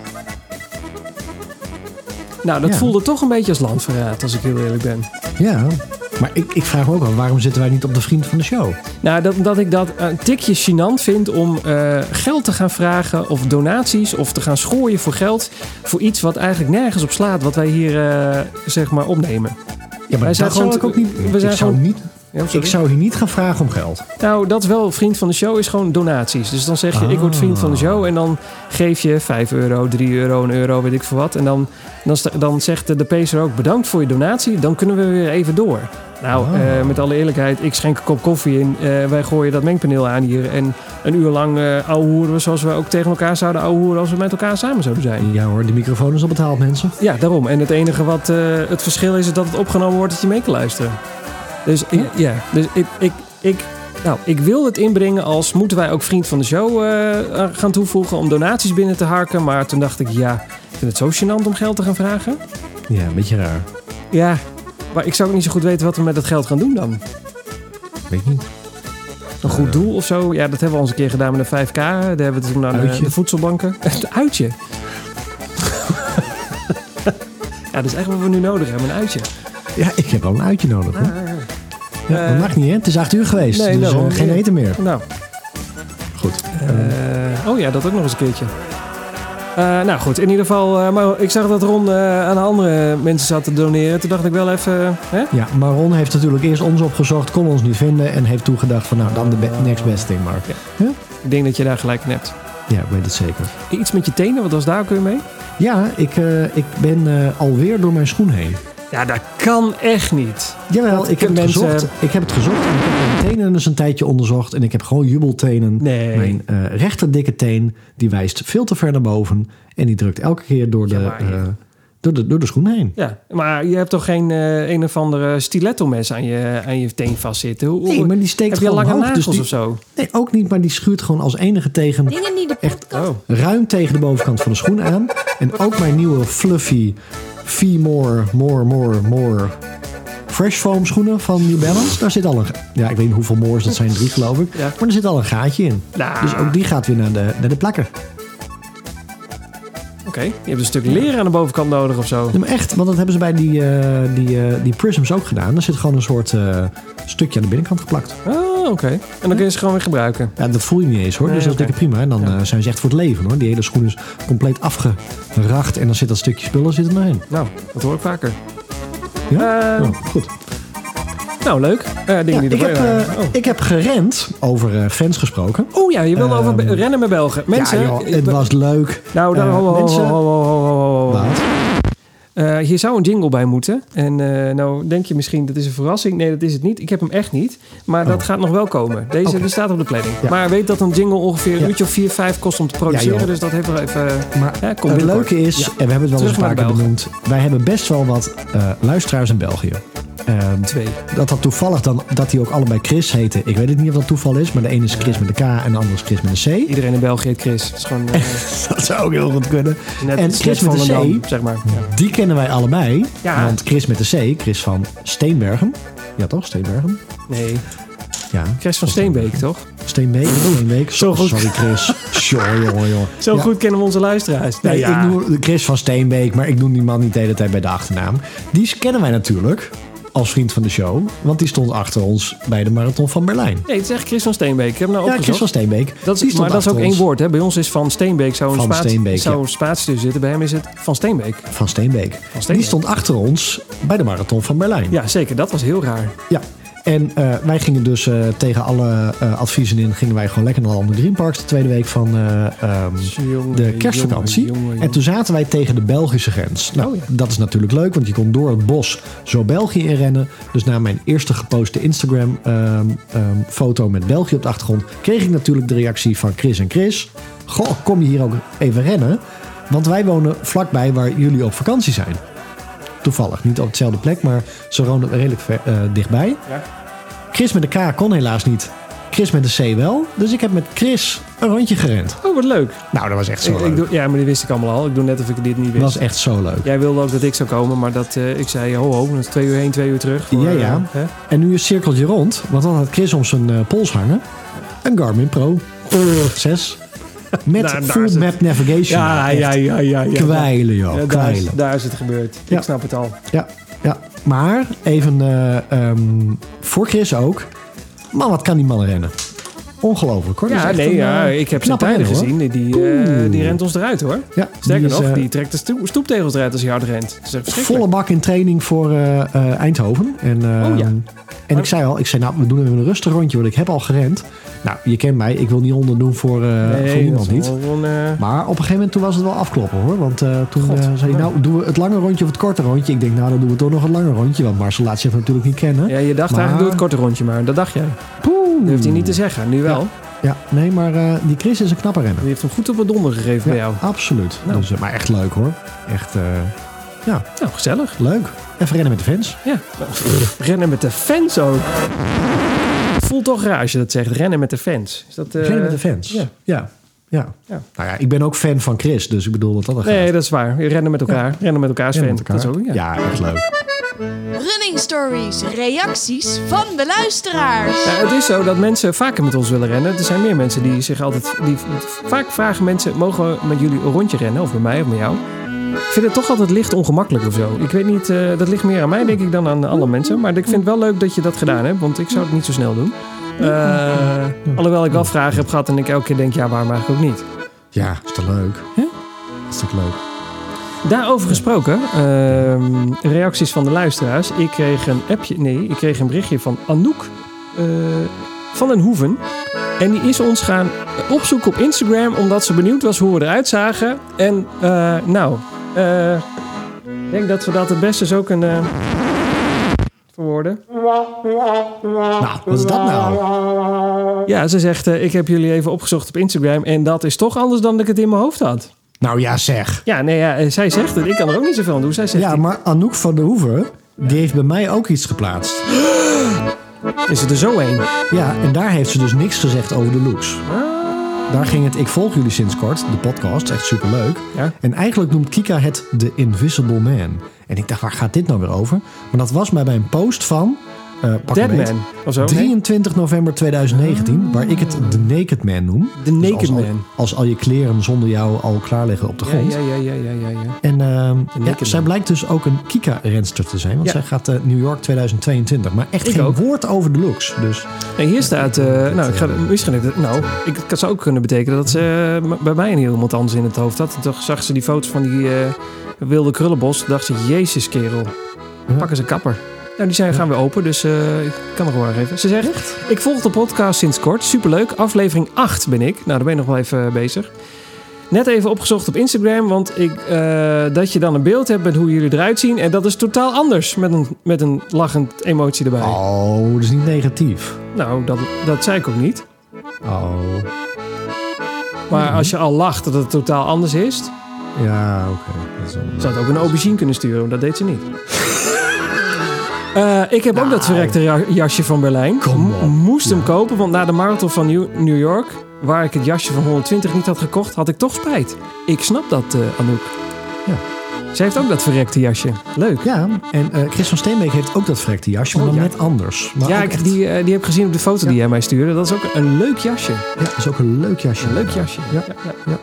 Nou, dat voelde toch een beetje als landverraad, als ik heel eerlijk ben. Ja, maar ik vraag me ook al, waarom zitten wij niet op de Vriend van de Show? Nou, dat ik dat een tikje gênant vind om geld te gaan vragen of donaties of te gaan schooien voor geld voor iets wat eigenlijk nergens op slaat wat wij hier zeg maar opnemen. Ja, maar dat zou ik ook niet. Ik zou hier niet gaan vragen om geld. Nou, dat is wel vriend van de show, is gewoon donaties. Dus dan zeg je, ik word vriend van de show en dan geef je €5, €3, €1, weet ik veel wat. En dan zegt de Pacer ook, bedankt voor je donatie, dan kunnen we weer even door. Nou, met alle eerlijkheid, ik schenk een kop koffie in. Wij gooien dat mengpaneel aan hier. En een uur lang ouwehoeren we zoals we ook tegen elkaar zouden ouwehoeren als we met elkaar samen zouden zijn. Ja hoor, de microfoon is al betaald, mensen. Ja, daarom. En het enige wat het verschil is dat het opgenomen wordt dat je mee kan luisteren. Dus ik wil het inbrengen als moeten wij ook vriend van de show gaan toevoegen om donaties binnen te harken. Maar toen dacht ik, ik vind het zo gênant om geld te gaan vragen. Ja, een beetje raar. Ja, maar ik zou ook niet zo goed weten wat we met dat geld gaan doen dan. Weet ik niet. Een goed doel of zo? Ja, dat hebben we al eens een keer gedaan met een 5K. Daar hebben we toen aan de voedselbanken. Het uitje. Ja, dat is echt wat we nu nodig hebben, een uitje. Ja, ik heb al een uitje nodig. Ja, dat mag niet, hè? Het is 8 uur geweest, nee, dus geen eten meer. Nou. Goed. Dat ook nog eens een keertje. Nou goed, in ieder geval... maar ik zag dat Ron aan andere mensen zat te doneren. Toen dacht ik wel even... Hè? Ja, maar Ron heeft natuurlijk eerst ons opgezocht, kon ons niet vinden... en heeft toegedacht van, nou, dan de next best thing, maar. Ja. Huh? Ik denk dat je daar gelijk in hebt. Ja, ik weet het zeker. Iets met je tenen, wat was daar ook weer mee? Ja, ik ben alweer door mijn schoen heen. Ja, dat kan echt niet. Jawel, ik heb het gezocht. Ik heb het gezocht en ik heb mijn tenen dus een tijdje onderzocht. En ik heb gewoon jubeltenen. Nee. Mijn rechterdikke teen, die wijst veel te ver naar boven. En die drukt elke keer door de schoen heen. Ja, maar je hebt toch geen een of andere stiletto-mes aan je teen vastzitten? Nee, maar die steekt heb je gewoon lange hoog, nagels dus of zo? Nee, ook niet, maar die schuurt gewoon als enige tegen... Dingen die de podcast... ruim tegen de bovenkant van de schoen aan. En ook mijn nieuwe fluffy more fresh foam schoenen van New Balance. Daar zit al een... Ja, ik weet niet hoeveel moors, dat zijn 3 geloof ik. Ja. Maar er zit al een gaatje in. Nou. Dus ook die gaat weer naar de plakker. Oké, je hebt een stuk leer aan de bovenkant nodig of zo. Ja, maar echt, want dat hebben ze bij die Prisms ook gedaan. Er zit gewoon een soort stukje aan de binnenkant geplakt. Oh, oké. En dan kun je ze gewoon weer gebruiken. Ja, dat voel je niet eens hoor. Nee, Dus dat is oké. dikke prima. En dan zijn ze echt voor het leven hoor. Die hele schoen is compleet afgeracht. En dan zit dat stukje spullen zit er nog in. Nou, dat hoor ik vaker. Ja? Eh, Oh, goed. Nou, leuk. Dingen die Ik heb gerend, over fans gesproken. Oh ja, je wilde over rennen met Belgen. Mensen, ja joh, het was leuk. Nou, mensen... Wat? Wat? Hier zou een jingle bij moeten. En nou denk je misschien, dat is een verrassing. Nee, dat is het niet. Ik heb hem echt niet. Maar dat gaat nog wel komen. Deze die staat op de planning. Ja. Maar weet dat een jingle ongeveer een uurtje of 4-5 kost om te produceren. joh. Dus dat heeft wel even... Maar komt het binnenkort. leuke is, Ja. en we hebben het wel eens Terug naar vaker de Belgen. benoemd. Wij hebben best wel wat luisteraars in België. 2. Dat toevallig dan, dat die ook allebei Chris heten. Ik weet het niet of dat toeval is, maar de ene is Chris met een K en de andere is Chris met een C. Iedereen in België heet Chris. Dat is gewoon Dat zou ook heel goed kunnen. net, En net Chris met een Volendam, C, zeg maar. Ja. die kennen wij allebei. Ja. Want Chris met een C, Chris van Steenbergen. Ja toch, Steenbergen? Nee, Ja. Chris van Steenbeek, toch? Steenbeek. Zo goed. Sorry Chris. Jongen. Zo Ja. goed kennen we onze luisteraars. Nee, Nou ja. ik noem Chris van Steenbeek, maar ik noem die man niet de hele tijd bij de achternaam. Die kennen wij natuurlijk als vriend van de show. Want die stond achter ons bij de Marathon van Berlijn. Nee, het is echt Chris van Steenbeek. Ik heb hem nou Ja, opgezocht. Chris van Steenbeek. Dat Die is, stond maar dat is ook achter één ons. woord. Hè? Bij ons is Van Steenbeek zou Van Steenbeek, een spaatstuur zitten. Bij hem is het Van Steenbeek. Van Steenbeek. Steenbeek. Die stond achter ons bij de Marathon van Berlijn. Ja, zeker. Dat was heel raar. Ja. En wij gingen dus tegen alle adviezen in... gingen wij gewoon lekker naar Landen Green Parks... de tweede week van de kerstvakantie. Jongen. En toen zaten wij tegen de Belgische grens. Nou, dat is natuurlijk leuk, want je kon door het bos zo België inrennen. Dus na mijn eerste geposte Instagram foto met België op de achtergrond... kreeg ik natuurlijk de reactie van Chris en Chris. Goh, kom je hier ook even rennen? Want wij wonen vlakbij waar jullie op vakantie zijn. Toevallig, niet op dezelfde plek, maar ze wonen redelijk dichtbij. Ja. Chris met de K kon helaas niet. Chris met de C wel. Dus ik heb met Chris een rondje gerend. Oh, wat leuk. Nou, dat was echt zo leuk. Ja, maar die wist ik allemaal al. Ik doe net of ik dit niet Dat wist. was echt zo leuk. Jij wilde ook dat ik zou komen, maar dat ik zei, ho, dat is 2 uur heen, 2 uur terug. Voor, Ja. hè? En nu is het cirkeltje rond, want dan had Chris om zijn pols hangen. Een Garmin Pro 6. Met Daar full is het. map navigation. Ja. Kwijlen, joh. Ja, kwijlen. daar is het gebeurd. Ja. Ik snap het al. Ja. Maar even voor Chris ook. Man, wat kan die man rennen? Ongelooflijk hoor. Dat is Ja, echt nee, een, ik heb zijn knappe tijden renner, hoor. gezien. Die rent ons eruit, hoor. Ja, Sterker die is, nog, die trekt de stoeptegels eruit als hij hard rent. Dat is echt verschrikkelijk. volle bak in training voor Eindhoven. En, en ik zei, nou, we doen even een rustig rondje, want ik heb al gerend. Nou, je kent mij, ik wil niet onderdoen voor niemand niet. Maar op een gegeven moment toen was het wel afkloppen hoor. Want toen zei hij, nou, doen we het lange rondje of het korte rondje? Ik denk, nou, dan doen we toch nog het lange rondje. Want Marcel laat zich natuurlijk niet kennen. Ja, je dacht eigenlijk, doe het korte rondje maar. Dat dacht jij. Poeh. Dat hoeft hij niet te zeggen. Nu wel. Ja, nee, maar die Chris is een knappe renner. Die heeft hem goed op het donder gegeven bij jou. Absoluut. Nou. Dus, maar echt leuk hoor. Echt, Nou, gezellig. leuk. Even rennen met de fans. Ja. Rennen met de fans ook. Het voelt toch raar als je dat zegt. Rennen met de fans. Is dat, Rennen met de fans. Ja. Ja. Nou ja, ik ben ook fan van Chris, dus ik bedoel dat een gaat. Nee, dat is waar. Rennen met elkaar. Rennen met elkaars fan. Rennen met elkaar. Dat is ook, Ja, echt leuk. Running stories, reacties van de luisteraars. Ja, het is zo dat mensen vaker met ons willen rennen. Er zijn meer mensen die zich altijd... vaak vragen mensen, mogen we met jullie een rondje rennen? Of met mij of met jou? Ik vind het toch altijd licht ongemakkelijk of zo. Ik weet niet, dat ligt meer aan mij denk ik dan aan alle mensen. Maar ik vind het wel leuk dat je dat gedaan hebt. Want ik zou het niet zo snel doen. Alhoewel ik wel vragen heb gehad en ik elke keer denk, ja, waarom eigenlijk ook niet? Ja, is toch leuk? Ja? Hartstikke leuk. Daarover gesproken, reacties van de luisteraars. Ik kreeg een berichtje van Anouk van den Hoeven. En die is ons gaan opzoeken op Instagram, omdat ze benieuwd was hoe we eruit zagen. En ik denk dat we dat het beste zo kunnen verwoorden. Nou, wat is dat nou? Ja, ze zegt, ik heb jullie even opgezocht op Instagram en dat is toch anders dan ik het in mijn hoofd had. Nou ja, zeg. Ja, nee, ja, zij zegt het. Ik kan er ook niet zoveel aan doen. Zij zegt Ja, maar Anouk van der Hoeven, die heeft bij mij ook iets geplaatst. Is het er zo een? Ja, en daar heeft ze dus niks gezegd over de looks. Daar ging het, ik volg jullie sinds kort, de podcast, echt superleuk. Ja. En eigenlijk noemt Kika het The Invisible Man. En ik dacht, waar gaat dit nou weer over? Maar dat was bij een post van... pak een beet, Deadman of zo? 23 november 2019, waar ik het The Naked Man noem. The Dus Naked Man. Als al je kleren zonder jou al klaar liggen op de grond. Ja. En Naked zij Man. blijkt dus ook een Kika-renster te zijn. Want Ja. zij gaat New York 2022. Maar echt Ik geen ook. woord over de looks. Dus En hier staat... het zou ook kunnen betekenen dat ze bij mij iemand anders in het hoofd had. Toen zag ze die foto's van die wilde krullenbos. Toen dacht ze, jezus kerel, pak eens een kapper. Nou, die zijn gaan weer open, dus ik kan er gewoon aangeven. Ze zegt, ik volg de podcast sinds kort. Superleuk. Aflevering 8 ben ik. Nou, daar ben je nog wel even bezig. Net even opgezocht op Instagram, want dat je dan een beeld hebt met hoe jullie eruit zien. En dat is totaal anders met een lachend emotie erbij. oh, dat is niet negatief. Nou, dat zei ik ook niet. Oh, Maar als je al lacht dat het totaal anders is, ja, oké. Dat is wel- zou het ook een aubergine kunnen sturen, maar dat deed ze niet. Ik heb ook dat verrekte jasje van Berlijn. Kom op. Moest hem kopen, want na de marathon van New York, waar ik het jasje van 120 niet had gekocht, had ik toch spijt. Ik snap dat, Anouk. Ja. Zij heeft ook dat verrekte jasje. Leuk. Ja, en Chris van Steenbeek heeft ook dat verrekte jasje, maar Oh, dan ja. net anders. Maar Ja, ook echt- die heb ik gezien op de foto die jij mij stuurde. Dat is ook een leuk jasje. ja, dat is ook een leuk jasje. Een leuk jasje. Ja. Ja.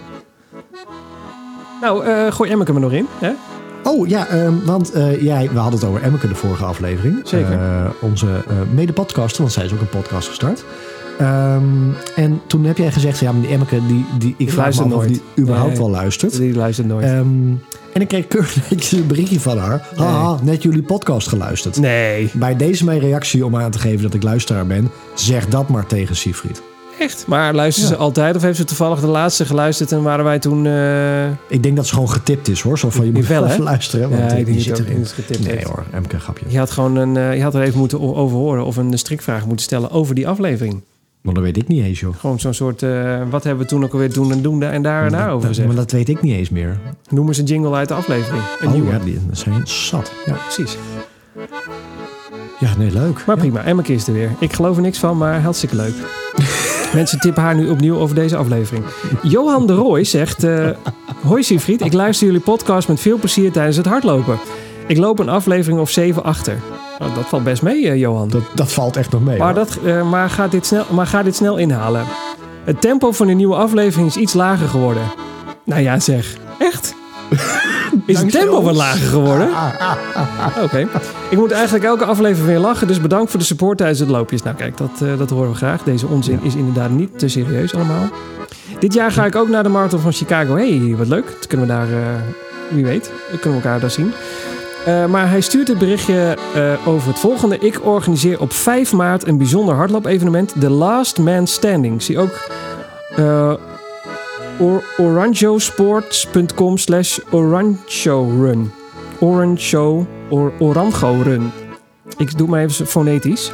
Nou, gooi Emmeke me nog in. Hè? Oh ja, want we hadden het over Emmeke de vorige aflevering. Zeker. Onze mede-podcaster, want zij is ook een podcast gestart. En toen heb jij gezegd, ja, maar die Emmeke, ik vraag me luistert af of nooit. die überhaupt Nee. wel luistert. Die luistert nooit. En ik kreeg keurig netjes een berichtje van haar. Haha, net jullie podcast geluisterd. Nee. Bij deze mijn reactie om aan te geven dat ik luisteraar ben, zeg dat maar tegen Siegfried. Echt? Maar luistert Ja. ze altijd of heeft ze toevallig de laatste geluisterd en waren wij toen... Ik denk dat ze gewoon getipt is hoor. Zo van, je moet Wel, wel hè? even luisteren. Want Ja, ik die denk niet zit dat erin. het getipt Nee heeft. hoor, Emmeke, grapje. Je had er even moeten over horen of een strikvraag moeten stellen over die aflevering. Maar dat weet ik niet eens joh. Gewoon zo'n soort, wat hebben we toen ook alweer doen en daar en daar over gezegd. Maar dat weet ik niet eens meer. Noem eens een jingle uit de aflevering. Een nieuwe. Ja, dat zijn zat. Ja. Precies. Ja, nee, leuk. Maar Ja. prima, Emmeke is er weer. Ik geloof er niks van, maar hartstikke leuk. Mensen tippen haar nu opnieuw over deze aflevering. Johan de Rooij zegt... Hoi Siegfried, ik luister jullie podcast met veel plezier tijdens het hardlopen. Ik loop een aflevering of 7 achter. Nou, dat valt best mee, Johan. Dat valt echt nog mee. Maar, hoor. ga dit snel inhalen. Het tempo van de nieuwe aflevering is iets lager geworden. Nou ja, zeg. Echt? Is het Dankzij tempo wat ons. lager geworden? Oké. Ik moet eigenlijk elke aflevering weer lachen, dus bedankt voor de support tijdens het loopjes. Nou kijk, dat horen we graag. Deze onzin is inderdaad niet te serieus allemaal. Dit jaar ga ik ook naar de marathon van Chicago. Hey, wat leuk. Dan kunnen we daar, wie weet, dan kunnen we elkaar daar zien. Maar hij stuurt het berichtje over het volgende. Ik organiseer op 5 maart een bijzonder hardloop-evenement. The Last Man Standing. Zie ook orangosports.com/orangorun. Orango-run. Ik doe maar even fonetisch.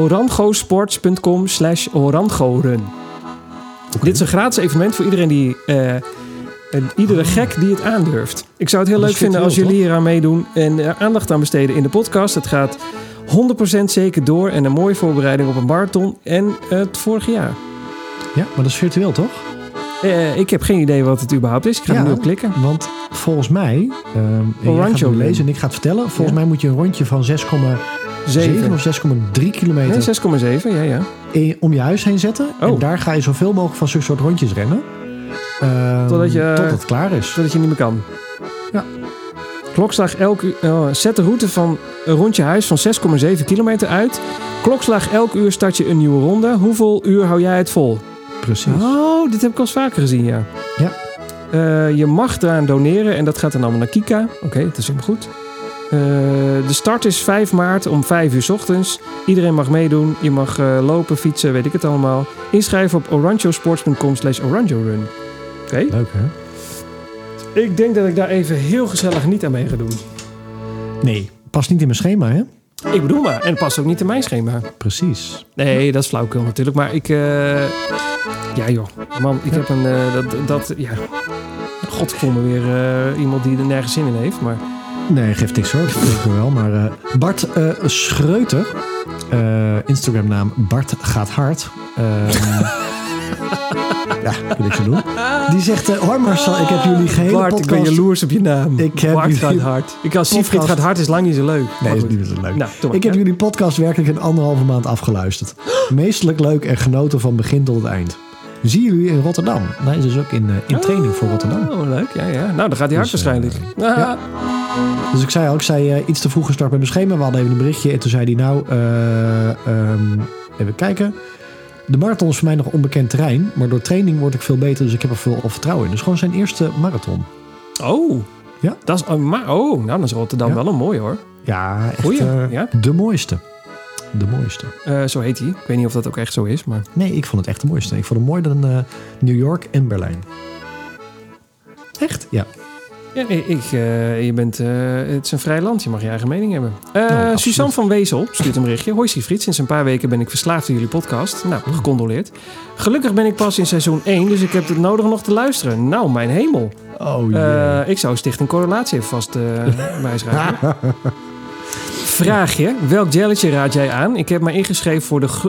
orangosports.com/orangorun. Dit is een gratis evenement voor iedereen die... iedere gek die het aandurft. Ik zou het heel Dat leuk is vinden als virtueel, jullie hier aan meedoen en er aandacht aan besteden in de podcast. Het gaat 100% zeker door en een mooie voorbereiding op een marathon en het vorige jaar. Ja, maar dat is virtueel toch? Ik heb geen idee wat het überhaupt is. Ik ga er nu op klikken. Want volgens mij, jij gaat het Run. lezen en ik ga het vertellen. Volgens mij moet je een rondje van 6,7 of 6,3 kilometer Nee, 6,7, ja. om je huis heen zetten. Oh. En daar ga je zoveel mogelijk van zo'n soort rondjes rennen. Totdat het klaar is. Zodat je niet meer kan. Ja. Klokslag elk uur. Zet de route van een rondje huis van 6,7 kilometer uit. Klokslag elk uur start je een nieuwe ronde. Hoeveel uur hou jij het vol? Precies. Oh, dit heb ik al eens vaker gezien, ja. Ja. Je mag eraan doneren en dat gaat dan allemaal naar Kika. Oké, dat is helemaal goed. De start is 5 maart om 5 uur 's ochtends. Iedereen mag meedoen. Je mag lopen, fietsen, weet ik het allemaal. Inschrijven op oranjosports.com/oranjorun. Oké. Leuk, hè? Ik denk dat ik daar even heel gezellig niet aan mee ga doen. Nee, past niet in mijn schema, hè? Ik bedoel maar. En het past ook niet in mijn schema. Precies. Nee, dat is flauwkul natuurlijk. Maar ik... ja joh. Man, ik heb een... ja. God, ik voel me weer iemand die er nergens zin in heeft. Maar... Nee, geeft niks hoor. Dat weet ik wel. Maar Bart Schreuter, Instagram-naam Bart gaat hard. Ja, kan niks aan doen. Die zegt, hoi Marcel, ik heb jullie gehele Bart, podcast... ik ben jaloers op je naam. Bart gaat jullie... hard. Ik als Siegfried gaat hard is lang niet zo leuk. Nee, is niet zo leuk. Nou, ik heb jullie podcast werkelijk in 1,5 maand afgeluisterd. Meestelijk leuk en genoten van begin tot het eind. Zie jullie in Rotterdam? Nou, is dus ook in training voor Rotterdam. Oh, leuk. Ja, ja. Nou, dan gaat hij hard waarschijnlijk. Ja. Dus ik zei iets te vroeg gestart met mijn schema. We hadden even een berichtje. En toen zei hij even kijken. De marathon is voor mij nog onbekend terrein. Maar door training word ik veel beter. Dus ik heb er veel vertrouwen in. Dus gewoon zijn eerste marathon. Oh. Ja. Dat is, nou, dan is Rotterdam wel een mooi hoor. Ja, echt ja? De mooiste. De mooiste. Zo heet hij. Ik weet niet of dat ook echt zo is, maar... Nee, ik vond het echt de mooiste. Ik vond het mooier dan New York en Berlijn. Echt? Ja. Ja, je bent... het is een vrij land. Je mag je eigen mening hebben. Suzanne van Wezel stuurt een berichtje. Hoi Siegfried, sinds een paar weken ben ik verslaafd aan jullie podcast. Nou, gecondoleerd. Gelukkig ben ik pas in seizoen 1, dus ik heb het nodig nog te luisteren. Nou, mijn hemel. Oh jee. Ik zou Stichting Correlatie even vast bijschrijven. Vraagje, welk jelletje raad jij aan? Ik heb mij ingeschreven voor de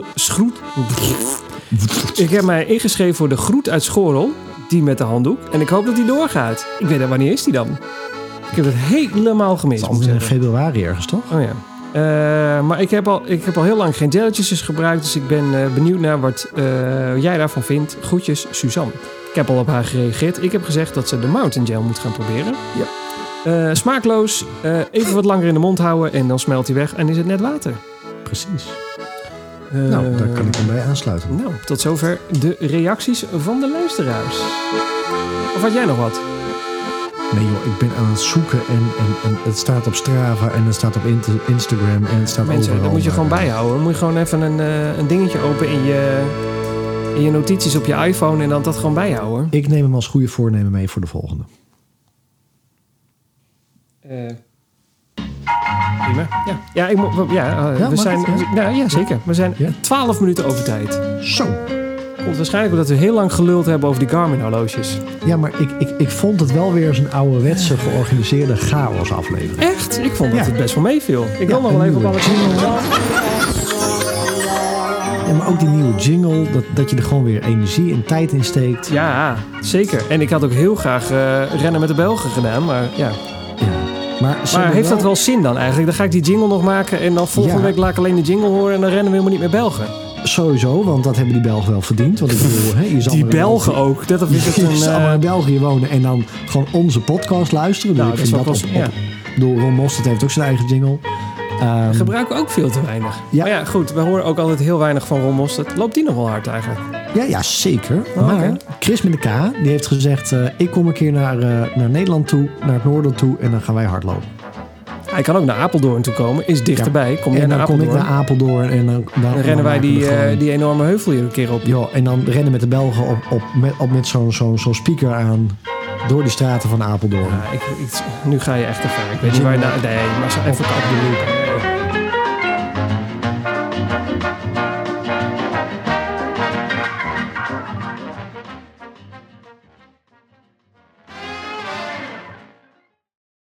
groet uit Schorel. Die met de handdoek. En ik hoop dat die doorgaat. Ik weet wanneer is die dan? Ik heb het helemaal gemist. Het is in februari ergens, toch? Oh ja. Maar ik heb al heel lang geen jelletjes gebruikt. Dus ik ben benieuwd naar wat jij daarvan vindt. Groetjes, Suzanne. Ik heb al op haar gereageerd. Ik heb gezegd dat ze de Mountain Gel moet gaan proberen. Ja. Smaakloos. Even wat langer in de mond houden. En dan smelt hij weg. En is het net water. Precies. Nou, daar kan ik dan bij aansluiten. Nou, tot zover de reacties van de luisteraars. Of had jij nog wat? Nee joh, ik ben aan het zoeken en het staat op Strava en het staat op Instagram en het staat overal. Dat moet je gewoon bijhouden. Dan moet je gewoon even een dingetje open in je notities op je iPhone en dan dat gewoon bijhouden. Ik neem hem als goede voornemen mee voor de volgende. Prima. We zijn. Ja, zeker. We zijn 12 minuten over tijd. Zo. Komt waarschijnlijk omdat we heel lang geluld hebben over die Garmin-horloges. Ja, maar ik vond het wel weer eens een ouderwetse georganiseerde chaos aflevering. Echt? Ik vond dat het best wel meeviel. Ik wil nog wel even op alle jingle. Ja, maar ook die nieuwe jingle, dat je er gewoon weer energie en tijd in steekt. Ja, zeker. En ik had ook heel graag rennen met de Belgen gedaan, maar ja. Maar heeft dat wel zin dan eigenlijk? Dan ga ik die jingle nog maken en dan volgende week laat ik alleen de jingle horen en dan rennen we helemaal niet meer Belgen. Sowieso, want dat hebben die Belgen wel verdiend. Want ik bedoel, je zal die Belgen ook. Dat is het je zal in België wonen en dan gewoon onze podcast luisteren. Nou, dat is wel Ron Mostert heeft ook zijn eigen jingle. Gebruiken we ook veel te weinig. Ja. Maar ja, goed. We horen ook altijd heel weinig van Ron Mostert. Loopt die nog wel hard eigenlijk? Ja, zeker. Maar Chris met de K, die heeft gezegd... ik kom een keer naar Nederland toe, naar het noorden toe... en dan gaan wij hardlopen. Hij kan ook naar Apeldoorn toe komen. Is dichterbij. Kom jij naar Apeldoorn? Kom ik naar Apeldoorn. En dan rennen wij die enorme heuvel hier een keer op. Ja, en dan rennen met de Belgen met zo'n speaker aan... door die straten van Apeldoorn. Ja, nu ga je echt te ver. Ik weet niet waar je naar... Nee, maar zo even op de loop.